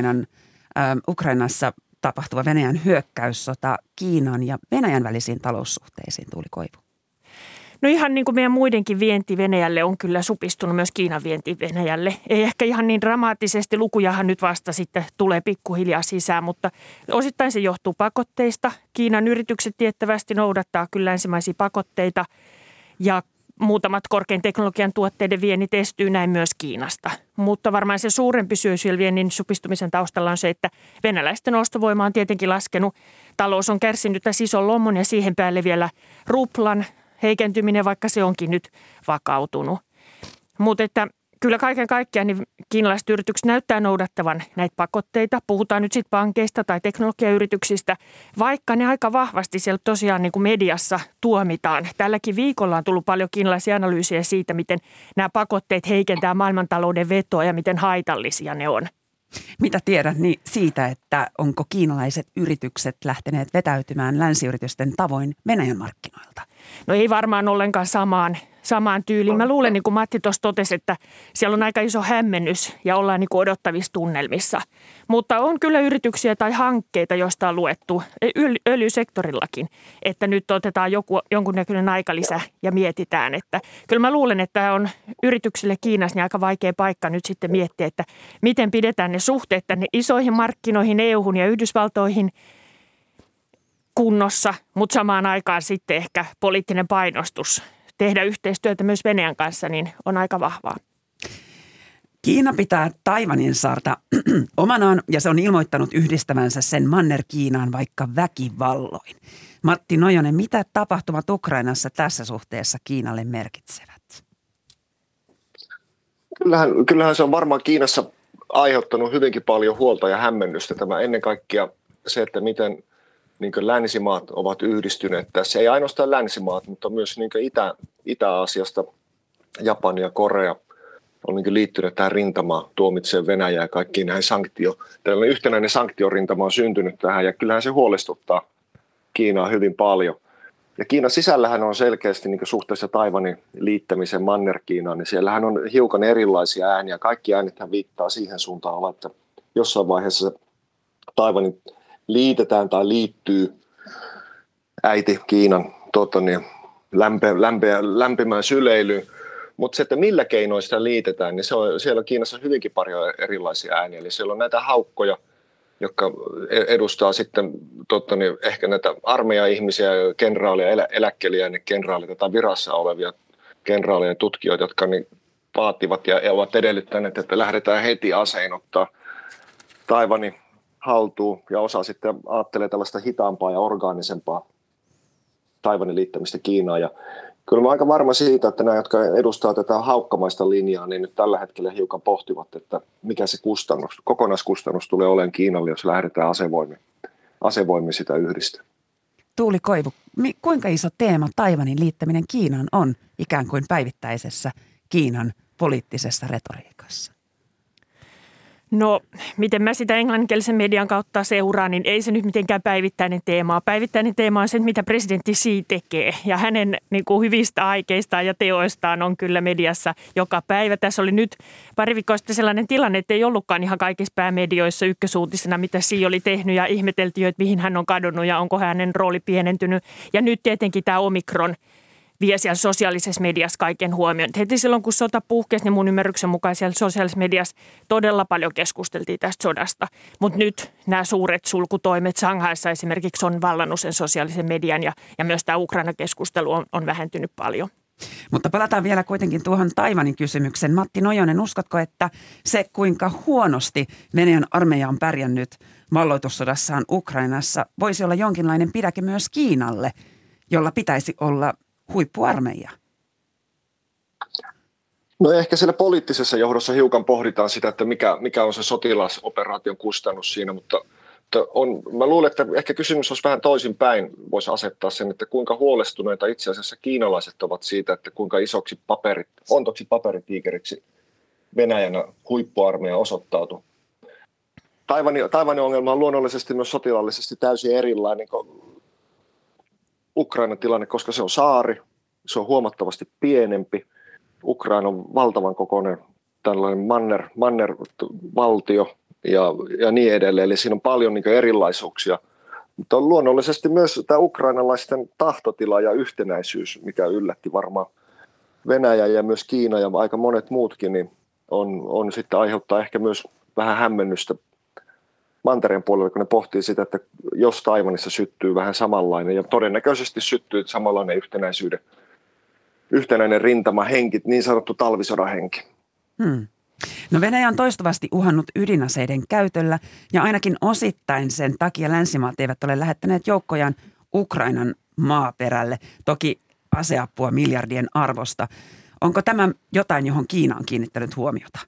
Ukrainassa tapahtuva Venäjän hyökkäyssota Kiinan ja Venäjän välisiin taloussuhteisiin, Tuuli Koivu? No ihan niin kuin meidän muidenkin vienti Venäjälle on kyllä supistunut, myös Kiinan vienti Venäjälle. Ei ehkä ihan niin dramaattisesti, lukujahan nyt vasta sitten tulee pikkuhiljaa sisään, mutta osittain se johtuu pakotteista. Kiinan yritykset tiettävästi noudattaa kyllä ensimmäisiä pakotteita ja muutamat korkean teknologian tuotteiden viennit estyy näin myös Kiinasta. Mutta varmaan se suurempi syy siellä viennin supistumisen taustalla on se, että venäläisten ostovoima on tietenkin laskenut. Talous on kärsinyt tässä ison lommon ja siihen päälle vielä ruplan heikentyminen, vaikka se onkin nyt vakautunut. Mutta että kyllä kaiken kaikkiaan niin kiinalaiset yritykset näyttää noudattavan näitä pakotteita. Puhutaan nyt sitten pankeista tai teknologiayrityksistä, vaikka ne aika vahvasti siellä tosiaan niin kuin mediassa tuomitaan. Tälläkin viikolla on tullut paljon kiinalaisia analyysiä siitä, miten nämä pakotteet heikentää maailmantalouden vetoa ja miten haitallisia ne on. Mitä tiedät niin siitä, että onko kiinalaiset yritykset lähteneet vetäytymään länsiyritysten tavoin Venäjän markkinoilta? No ei varmaan ollenkaan samaan tyyliin. Mä luulen, niin kuin Matti tuossa totesi, että siellä on aika iso hämmennys ja ollaan niin kuin odottavissa tunnelmissa. Mutta on kyllä yrityksiä tai hankkeita, joista on luettu öljysektorillakin, että nyt otetaan jonkunnäköinen aikalisä ja mietitään. Että kyllä mä luulen, että tämä on yrityksille Kiinassa niin aika vaikea paikka nyt sitten miettiä, että miten pidetään ne suhteet tänne isoihin markkinoihin, EU-hun ja Yhdysvaltoihin kunnossa, mutta samaan aikaan sitten ehkä poliittinen painostus tehdä yhteistyötä myös Venäjän kanssa, niin on aika vahvaa. Kiina pitää Taiwanin saarta omanaan ja se on ilmoittanut yhdistävänsä sen Manner-Kiinaan vaikka väkivalloin. Matti Nojonen, mitä tapahtumat Ukrainassa tässä suhteessa Kiinalle merkitsevät? Kyllähän se on varmaan Kiinassa aiheuttanut hyvinkin paljon huolta ja hämmennystä. Tämä ennen kaikkea se, että miten niin länsimaat ovat yhdistyneet tässä. Ei ainoastaan länsimaat, mutta myös niin Itä-Aasiasta, Japani ja Korea on niin liittynyt tähän rintamaan, tuomitsee Venäjää ja kaikkiin näihin tällainen yhtenäinen sanktiorintama on syntynyt tähän ja kyllähän se huolestuttaa Kiinaa hyvin paljon. Ja Kiinan sisällähän on selkeästi niin suhteessa Taiwanin liittämisen Manner-Kiinaan, niin siellähän on hiukan erilaisia ääniä. Kaikki äänethän viittaa siihen suuntaan, että jossain vaiheessa Taiwanin liitetään tai liittyy äiti Kiinan lämpimään syleilyyn. Mutta se, että millä keinoin sitä liitetään, niin siellä on Kiinassa hyvinkin paljon erilaisia ääniä. Eli siellä on näitä haukkoja, jotka edustaa sitten ehkä näitä armeija-ihmisiä, kenraaleja, eläkkeliä, kenraaleita tai virassa olevia kenraaleja ja tutkijoita, jotka niin vaativat ja ovat edellyttäneet, että lähdetään heti asein ottaa Taiwanin haltuun. Ja osa sitten ajattelee tällaista hitaampaa ja orgaanisempaa Taiwanin liittämistä Kiinaan. Ja kyllä mä aika varma siitä, että nämä, jotka edustaa tätä haukkamaista linjaa, niin nyt tällä hetkellä hiukan pohtivat, että mikä se kokonaiskustannus tulee olemaan Kiinalle, jos lähdetään asevoimin sitä yhdistää. Tuuli Koivu, kuinka iso teema Taiwanin liittäminen Kiinaan on ikään kuin päivittäisessä Kiinan poliittisessa retoriikassa? No, miten mä sitä englanninkielisen median kautta seuraan, niin ei se nyt mitenkään päivittäinen teema ole. Päivittäinen teema on se, mitä presidentti Xi tekee. Ja hänen niin kuin hyvistä aikeistaan ja teoistaan on kyllä mediassa joka päivä. Tässä oli nyt pari viikkoa sitten sellainen tilanne, että ei ollutkaan ihan kaikissa päämedioissa ykkösuutisena, mitä Xi oli tehnyt. Ja ihmeteltiin, että mihin hän on kadonnut ja onko hänen rooli pienentynyt. Ja nyt tietenkin tämä Omikron vie siellä sosiaalisessa mediassa kaiken huomioon. Heti silloin, kun sota puhkesi, niin mun ymmärryksen mukaan siellä sosiaalisessa mediassa todella paljon keskusteltiin tästä sodasta. Mutta nyt nämä suuret sulkutoimet Shanghaissa esimerkiksi on vallannut sen sosiaalisen median ja myös tämä Ukraina-keskustelu on vähentynyt paljon. Mutta palataan vielä kuitenkin tuohon Taiwanin kysymyksen. Matti Nojonen, uskotko, että se kuinka huonosti Venäjän armeija on pärjännyt valloitussodassaan Ukrainassa voisi olla jonkinlainen pidäke myös Kiinalle, jolla pitäisi olla huippuarmeija? No ehkä siellä poliittisessa johdossa hiukan pohditaan sitä, että mikä on se sotilasoperaation kustannus siinä, mutta mä luulen, että ehkä kysymys olisi vähän toisinpäin, voisi asettaa sen, että kuinka huolestuneita itse asiassa kiinalaiset ovat siitä, että kuinka isoksi paperitiikeriksi Venäjän huippuarmeija osoittautui. Taiwanin ongelma on luonnollisesti myös sotilaallisesti täysin erilainen kuin Ukrainan tilanne, koska se on saari, se on huomattavasti pienempi. Ukraina on valtavan kokoinen tällainen mannervaltio ja niin edelleen, eli siinä on paljon niin kuin erilaisuuksia. Mutta on luonnollisesti myös tämä ukrainalaisten tahtotila ja yhtenäisyys, mikä yllätti varmaan Venäjä ja myös Kiina ja aika monet muutkin, niin on sitten aiheuttaa ehkä myös vähän hämmennystä mantereen puolella, kun ne pohtii sitä, että jos Taiwanissa syttyy vähän samanlainen ja todennäköisesti syttyy samanlainen yhtenäinen rintamahenki, niin sanottu talvisodan henki. No Venäjä on toistuvasti uhannut ydinaseiden käytöllä ja ainakin osittain sen takia länsimaat eivät ole lähettäneet joukkojaan Ukrainan maaperälle. Toki aseapua miljardien arvosta. Onko tämä jotain, johon Kiina on kiinnittänyt huomiota?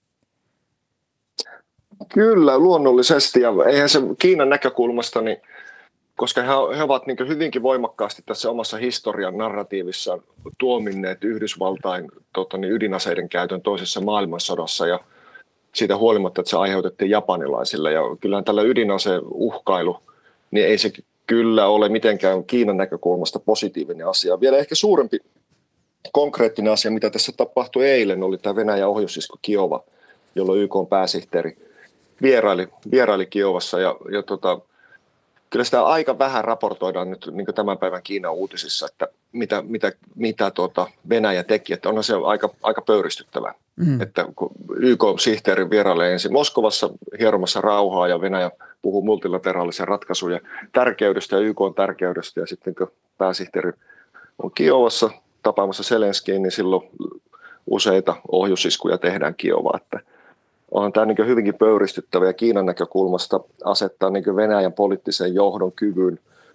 Kyllä, luonnollisesti. Ja eihän se Kiinan näkökulmasta, niin, koska he ovat niin hyvinkin voimakkaasti tässä omassa historian narratiivissaan tuominneet Yhdysvaltain ydinaseiden käytön toisessa maailmansodassa ja siitä huolimatta, että se aiheutettiin japanilaisille. Ja kyllähän tällä ydinaseuhkailu, niin ei se kyllä ole mitenkään Kiinan näkökulmasta positiivinen asia. Vielä ehkä suurempi konkreettinen asia, mitä tässä tapahtui eilen, oli tämä Venäjän ohjusisku Kiova, jolloin YK:n pääsihteeri vieraili Kiovassa ja kyllä sitä aika vähän raportoidaan nyt niin tämän päivän Kiinan uutisissa, että mitä Venäjä teki, että onhan se aika pöyristyttävää, että kun YK-sihteeri vierailee ensin Moskovassa hieromassa rauhaa ja Venäjä puhuu multilateraalisen ratkaisujen tärkeydestä ja YK:n tärkeydestä ja sitten kun pääsihteeri on Kiovassa tapaamassa Zelenskiin, niin silloin useita ohjusiskuja tehdään Kiovaan, että onhan tämä niin hyvinkin pöyristyttävä ja Kiinan näkökulmasta asettaa niin Venäjän poliittisen johdon kyvyn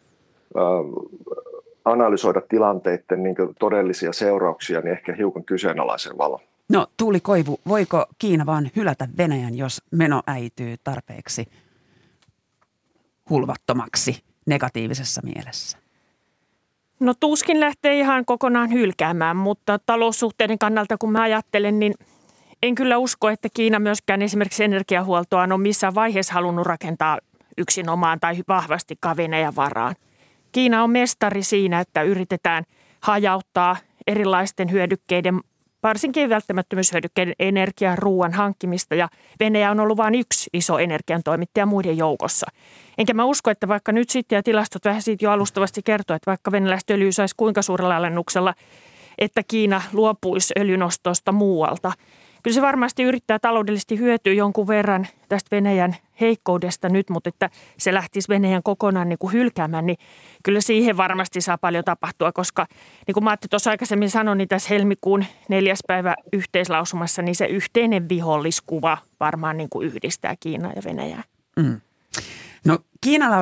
analysoida tilanteiden niin todellisia seurauksia niin ehkä hiukan kyseenalaisen valon. No Tuuli Koivu, voiko Kiina vaan hylätä Venäjän, jos meno äityy tarpeeksi hulvattomaksi negatiivisessa mielessä? No tuskin lähtee ihan kokonaan hylkäämään, mutta taloussuhteiden kannalta kun mä ajattelen, niin en kyllä usko, että Kiina myöskään esimerkiksi energiahuoltoaan on missään vaiheessa halunnut rakentaa yksinomaan tai vahvastikaan Venäjän varaan. Kiina on mestari siinä, että yritetään hajauttaa erilaisten hyödykkeiden, varsinkin välttämättömyyshyödykkeiden energian, ruoan hankkimista, ja Venäjä on ollut vain yksi iso energiantoimittaja muiden joukossa. Enkä mä usko, että vaikka nyt sitten ja tilastot vähän siitä jo alustavasti kertoo, että vaikka venäläistä öljyä saisi kuinka suurella alennuksella, että Kiina luopuisi öljynostosta muualta. Kyllä se varmasti yrittää taloudellisesti hyötyä jonkun verran tästä Venäjän heikkoudesta nyt, mutta että se lähtisi Venäjän kokonaan niin kuin hylkäämään, niin kyllä siihen varmasti saa paljon tapahtua, koska niin kuin Matti tuossa aikaisemmin sanoi, niin tässä helmikuun 4. päivä yhteislausumassa, niin se yhteinen viholliskuva varmaan niin kuin yhdistää Kiinaa ja Venäjää. Mm. No Kiinalla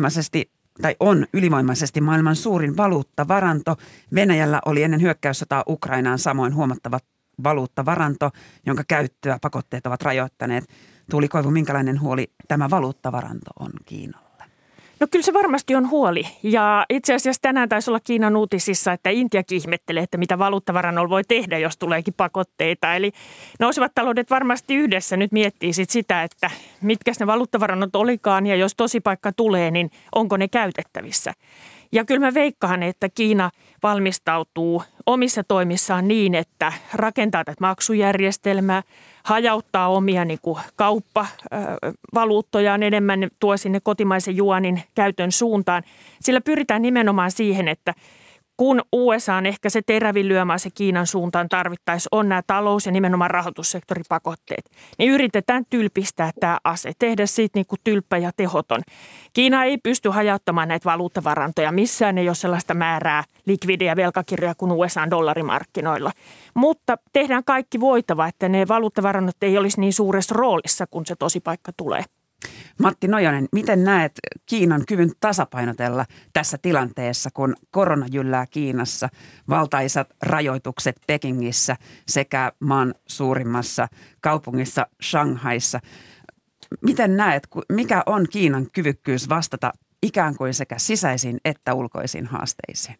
on ylivoimaisesti maailman suurin valuuttavaranto. Venäjällä oli ennen hyökkäyssotaa Ukrainaan samoin huomattava valuuttavaranto, jonka käyttöä pakotteet ovat rajoittaneet. Tuuli Koivu, minkälainen huoli tämä valuuttavaranto on Kiinalle? No kyllä se varmasti on huoli. Ja itse asiassa tänään taisi olla Kiinan uutisissa, että Intiakin ihmettelee, että mitä valuuttavarannolla voi tehdä, jos tuleekin pakotteita. Eli nousevat taloudet varmasti yhdessä nyt miettii sitä, että mitkä ne valuuttavarannot olikaan ja jos tosipaikka tulee, niin onko ne käytettävissä. Ja kyllä mä veikkaan, että Kiina valmistautuu omissa toimissaan niin, että rakentaa tätä maksujärjestelmää, hajauttaa omia niin kuin kauppavaluuttojaan enemmän, tuo sinne kotimaisen juanin käytön suuntaan. Sillä pyritään nimenomaan siihen, että kun USA on ehkä se terävin lyömäase Kiinan suuntaan tarvittaessa on nämä talous- ja nimenomaan rahoitussektoripakotteet, niin yritetään tylpistää tämä ase, tehdä siitä niin kuin tylppä ja tehoton. Kiina ei pysty hajauttamaan näitä valuuttavarantoja, missään ei ole sellaista määrää likvidejä velkakirjoja kuin USA:n dollarimarkkinoilla. Mutta tehdään kaikki voitava, että ne valuuttavarannot ei olisi niin suuressa roolissa, kun se tosipaikka tulee. Matti Nojonen, miten näet Kiinan kyvyn tasapainotella tässä tilanteessa, kun korona jyllää Kiinassa, valtaisat rajoitukset Pekingissä sekä maan suurimmassa kaupungissa Shanghaissa? Miten näet, mikä on Kiinan kyvykkyys vastata ikään kuin sekä sisäisiin että ulkoisiin haasteisiin?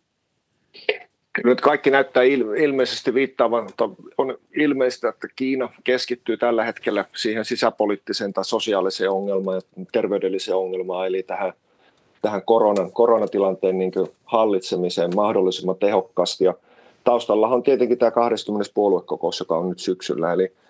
Nyt kaikki näyttää ilmeisesti viittaavan, on ilmeistä, että Kiina keskittyy tällä hetkellä siihen sisäpoliittiseen tai sosiaaliseen ongelmaan ja terveydelliseen ongelmaan, eli tähän koronatilanteen niin kuin hallitsemiseen mahdollisimman tehokkaasti. Ja taustalla on tietenkin tämä 20. puoluekokous, joka on nyt syksyllä,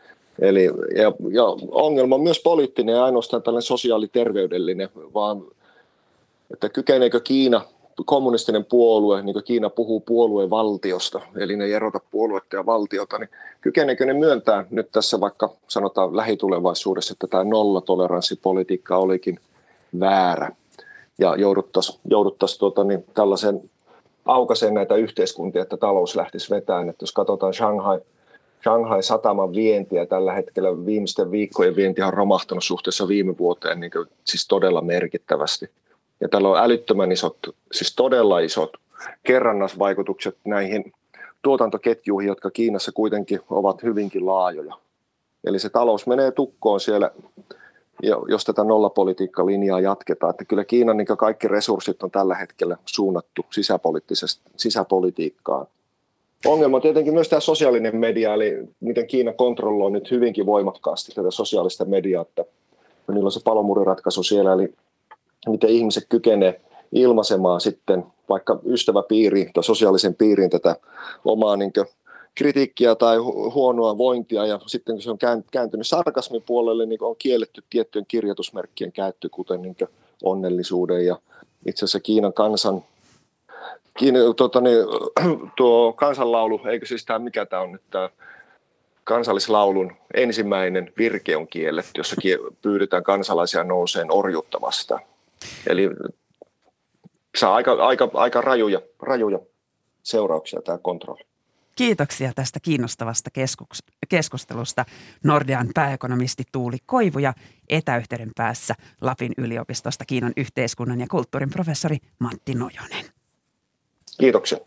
ja ongelma on myös poliittinen ja ainoastaan tällainen sosiaaliterveydellinen, vaan että kykeneekö Kiina, kommunistinen puolue, niin kuin Kiina puhuu puoluevaltiosta, eli ne ei erota puoluetta ja valtiota, niin kykeneekö ne myöntää nyt tässä vaikka sanotaan lähitulevaisuudessa, että tämä nollatoleranssipolitiikka olikin väärä ja jouduttaisiin tällaisen aukaiseen näitä yhteiskuntia, että talous lähtisi vetään. Että jos katsotaan Shanghai sataman vientiä tällä hetkellä, viimeisten viikkojen vienti on romahtanut suhteessa viime vuoteen niin kuin, siis todella merkittävästi. Ja tällä on älyttömän isot, siis todella isot kerrannasvaikutukset näihin tuotantoketjuihin, jotka Kiinassa kuitenkin ovat hyvinkin laajoja. Eli se talous menee tukkoon siellä, jos tätä nollapolitiikkalinjaa jatketaan. Että kyllä Kiinan niin kaikki resurssit on tällä hetkellä suunnattu sisäpolitiikkaan. Ongelma on tietenkin myös tämä sosiaalinen media, eli miten Kiina kontrolloi nyt hyvinkin voimakkaasti tätä sosiaalista mediaa, että niillä on se palomuuriratkaisu siellä, eli miten ihmiset kykenevät ilmaisemaan sitten vaikka ystäväpiiriin tai sosiaalisen piiriin tätä omaa niin kuin kritiikkiä tai huonoa vointia, ja sitten kun se on kääntynyt sarkasmin puolelle, niin on kielletty tiettyjen kirjoitusmerkkien käyttö, kuten niin kuin onnellisuuden ja itse asiassa Kiinan tuo kansanlaulu, eikö siis tämä, mikä tämä on nyt tämä kansallislaulun ensimmäinen virke on kielletty, jossa pyydetään kansalaisia nouseen orjuutta vastaan. Eli saa aika rajuja seurauksia tämä kontrolli. Kiitoksia tästä kiinnostavasta keskustelusta Nordean pääekonomisti Tuuli Koivu ja etäyhteyden päässä Lapin yliopistosta Kiinan yhteiskunnan ja kulttuurin professori Matti Nojonen. Kiitoksia.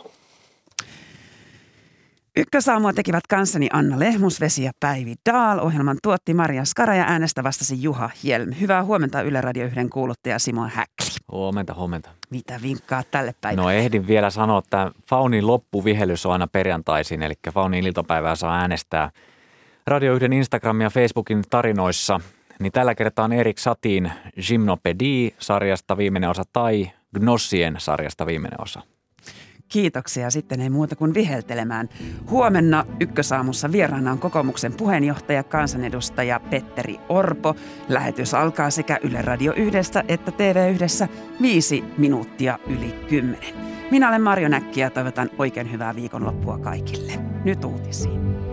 Ykkösaamua tekivät kanssani Anna Lehmusvesi ja Päivi Dahl. Ohjelman tuotti Maria Skara ja äänestä vastasi Juha Hjelm. Hyvää huomenta Yle Radio 1 kuuluttaja Simon Häkkli. Huomenta. Mitä vinkkaat tälle päivälle? No ehdin vielä sanoa, että Faunin loppuvihellys on aina perjantaisin, eli Faunin iltapäivää saa äänestää Radio 1 Instagram ja Facebookin tarinoissa. Niin tällä kertaa on Erik Satin Gymnopédie-sarjasta viimeinen osa Tai Gnossien sarjasta viimeinen osa. Kiitoksia. Sitten ei muuta kuin viheltelemään. Huomenna Ykkösaamussa vieraana on kokoomuksen puheenjohtaja, kansanedustaja Petteri Orpo. Lähetys alkaa sekä Yle Radio 1:ssä että TV1:ssä 5 minuuttia yli 10. Minä olen Marjo Näkki ja toivotan oikein hyvää viikonloppua kaikille. Nyt uutisiin.